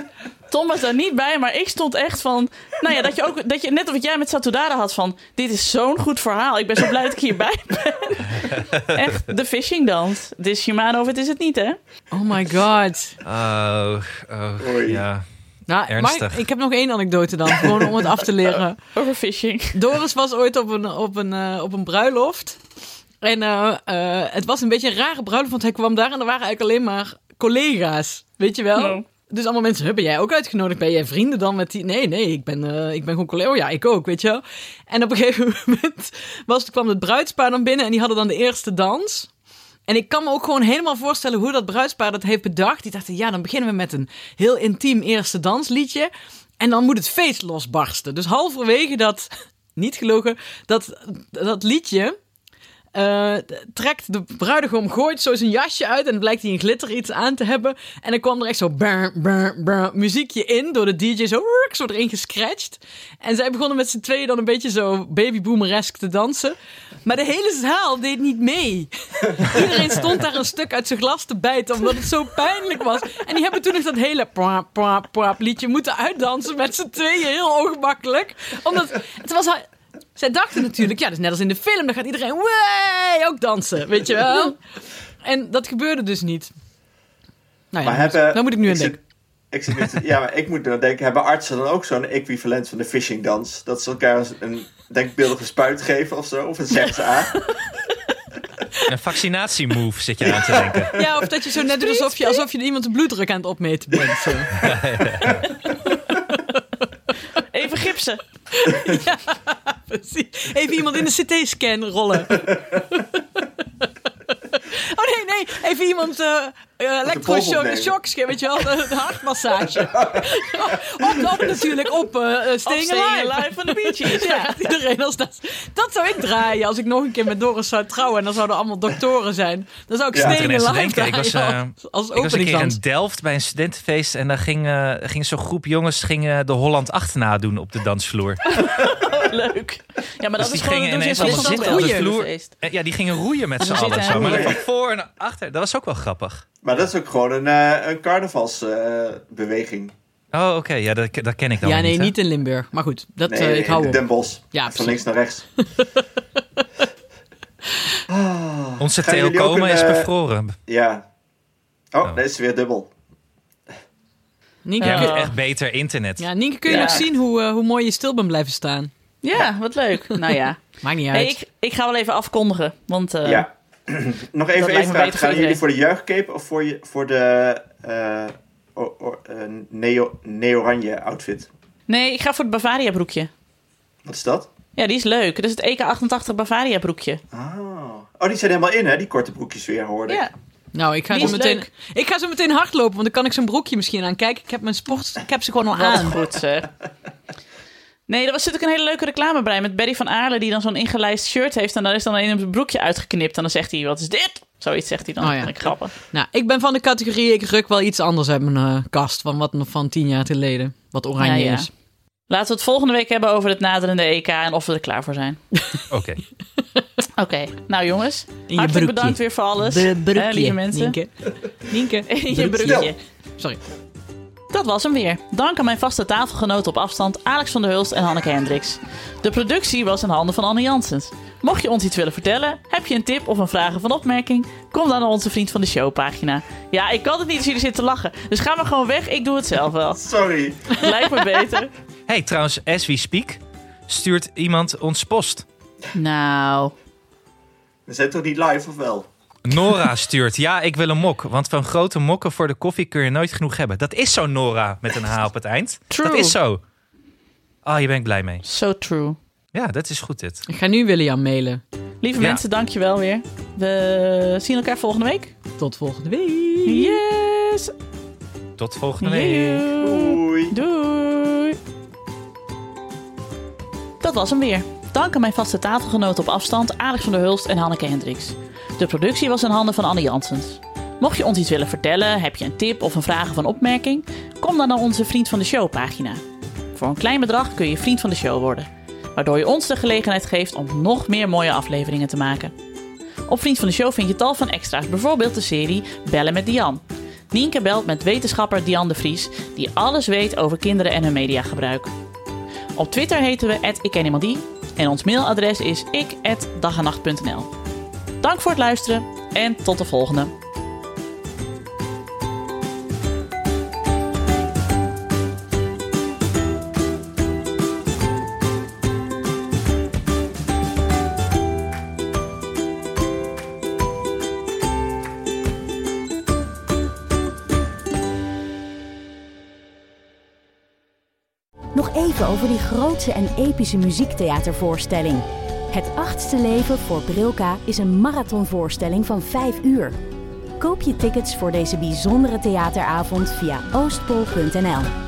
Tom was daar niet bij, maar ik stond echt van... Nou ja, dat je net wat jij met Satudara had van... Dit is zo'n goed verhaal. Ik ben zo blij dat ik hierbij ben. Echt, de fishing dance. Het is Shimano of het is het niet, hè? Oh my god. Oei. Ja. Nou, Ernstig. maar ik heb nog 1 anekdote dan, gewoon om het af te leren. Over fishing. Doris was ooit op een bruiloft. En het was een beetje een rare bruiloft, want hij kwam daar en er waren eigenlijk alleen maar collega's. Weet je wel? No. Dus allemaal mensen, ben jij ook uitgenodigd? Ben jij vrienden dan met die? Nee, ik ben gewoon collega. Oh ja, ik ook, weet je wel? En op een gegeven moment kwam het bruidspaar dan binnen en die hadden dan de eerste dans. En ik kan me ook gewoon helemaal voorstellen hoe dat bruidspaar dat heeft bedacht. Die dachten, ja, dan beginnen we met een heel intiem eerste dansliedje. En dan moet het feest losbarsten. Dus halverwege dat, niet gelogen, dat liedje... trekt de bruidegom, gooit zo zijn jasje uit... en dan blijkt hij een glitter iets aan te hebben. En dan kwam er echt zo muziekje in... door de DJ zo erin gescratcht. En zij begonnen met z'n tweeën dan een beetje zo... babyboomeresk te dansen. Maar de hele zaal deed niet mee. Iedereen stond daar een stuk uit zijn glas te bijten... omdat het zo pijnlijk was. En die hebben toen nog dat hele liedje moeten uitdansen... met z'n tweeën, heel ongemakkelijk. Omdat het was... Zij dachten natuurlijk, ja, dat is net als in de film. Dan gaat iedereen, wee, ook dansen, weet je wel. En dat gebeurde dus niet. Nou ja, daar moet ik nu aan denken. Maar ik moet dan denken, hebben artsen dan ook zo'n equivalent van de fishing dans? Dat ze elkaar een denkbeeldige spuit geven of zo? Of een zegt ze aan? Een vaccinatiemove zit je aan te denken. Ja, of dat je zo net doet alsof je iemand de bloeddruk aan het opmeten bent. Zo. Even gipsen. Ja, precies. Even iemand in de CT-scan rollen. Oh nee. Even iemand elektroshock, weet je wel, de hartmassage. Op natuurlijk, Staying Alive van de Bee Gees. Ja, iedereen als dat zou ik draaien als ik nog een keer met Doris zou trouwen. En dan zouden allemaal doktoren zijn. Dan zou ik Staying Alive draaien als ik was een keer in openingsdans. Delft bij een studentenfeest. En daar ging zo'n groep jongens de Holland 8 nadoen op de dansvloer. Leuk. Ja, maar Dus dat die is gewoon... gingen doen ze ineens in allemaal Friesland zitten op wel de vloer. feest. Ja, die gingen roeien met z'n Dan allen. zitten Zo. Maar roeien. van voor en achter. Dat was ook wel grappig. Maar dat is ook gewoon een carnavalsbeweging. Oh, oké. Ja, dat ken ik dan Ja, niet. nee, hè? niet in Limburg. Maar goed, ik hou op. Den Bosch. Ja, Van precies. links naar rechts. Onze Gaan Theo jullie ook Komen een, is bevroren. Ja. Oh. Deze is weer dubbel. Nienke, Ja, kun, met echt beter internet. ja, Nienke, kun je Ja. nog zien hoe mooi je stil bent blijven staan? Ja, wat leuk. Nou ja. Maakt niet uit. Hey, ik ga wel even afkondigen. Want Ja. Nog even dat lijkt me één vraag. beter voor Gaan jullie iedereen. voor de juichcape of voor de neo-oranje outfit? nee, ik ga voor het Bavaria broekje. Wat is dat? Ja, die is leuk. Dat is het EK88 Bavaria broekje. Oh, die zijn helemaal in, hè? Die korte broekjes weer, hoorde ik. Ja. Nou, ik ga zo meteen hardlopen, want dan kan ik zo'n broekje misschien aan. Kijk, ik heb ze gewoon al Wat aan. goed, zeg. Nee, er zit ook een hele leuke reclame bij met Berry van Aarle... die dan zo'n ingelijst shirt heeft... en daar is dan een zijn broekje uitgeknipt. En dan zegt hij, wat is dit? Zoiets zegt hij dan. Oh ja. Dat vind ik grappig. Nou, ik ben van de categorie, ik ruk wel iets anders uit mijn kast van wat nog van 10 jaar geleden. Wat oranje Ja, ja. is. Laten we het volgende week hebben over het naderende EK... en of we er klaar voor zijn. Oké. Oké, nou jongens. In je Hartelijk broekje. bedankt weer voor alles. De broekje, lieve mensen. Nienke. In je broekje. Sorry. Dat was hem weer. Dank aan mijn vaste tafelgenoten op afstand, Alex van der Hulst en Hanneke Hendricks. De productie was in handen van Anne Janssens. Mocht je ons iets willen vertellen, heb je een tip of een vraag of een opmerking, kom dan naar onze Vriend van de Show pagina. Ja, ik kan het niet als jullie zitten te lachen. Dus ga maar gewoon weg, ik doe het zelf wel. Sorry. Lijkt me beter. Hey, trouwens, as we speak, stuurt iemand ons post. Nou, We zijn toch niet live, of wel? Nora stuurt, ja, ik wil een mok. Want van grote mokken voor de koffie kun je nooit genoeg hebben. Dat is zo, Nora, met een H op het eind. True. Dat is zo. Oh, hier ben ik blij mee. so true. Ja, dat is goed dit. Ik ga nu William mailen. Lieve Ja. mensen, dank je wel weer. We zien elkaar volgende week. Tot volgende week. Yes! Tot volgende week. Joe. Doei. Doei! Dat was hem weer. Dank aan mijn vaste tafelgenoten op afstand, Alex van der Hulst en Hanneke Hendricks. De productie was in handen van Anne Janssens. Mocht je ons iets willen vertellen, heb je een tip of een vraag of een opmerking, kom dan naar onze Vriend van de Show pagina. Voor een klein bedrag kun je Vriend van de Show worden, waardoor je ons de gelegenheid geeft om nog meer mooie afleveringen te maken. Op Vriend van de Show vind je tal van extra's, bijvoorbeeld de serie Bellen met Diane. Nienke belt met wetenschapper Diane de Vries, die alles weet over kinderen en hun mediagebruik. Op Twitter heten we @ikkenniemandie en ons mailadres is ik@dagenacht.nl. Dank voor het luisteren en tot de volgende. Nog even over die grootse en epische muziektheatervoorstelling. Het 8e leven voor Brilka is een marathonvoorstelling van 5 uur. Koop je tickets voor deze bijzondere theateravond via oostpol.nl.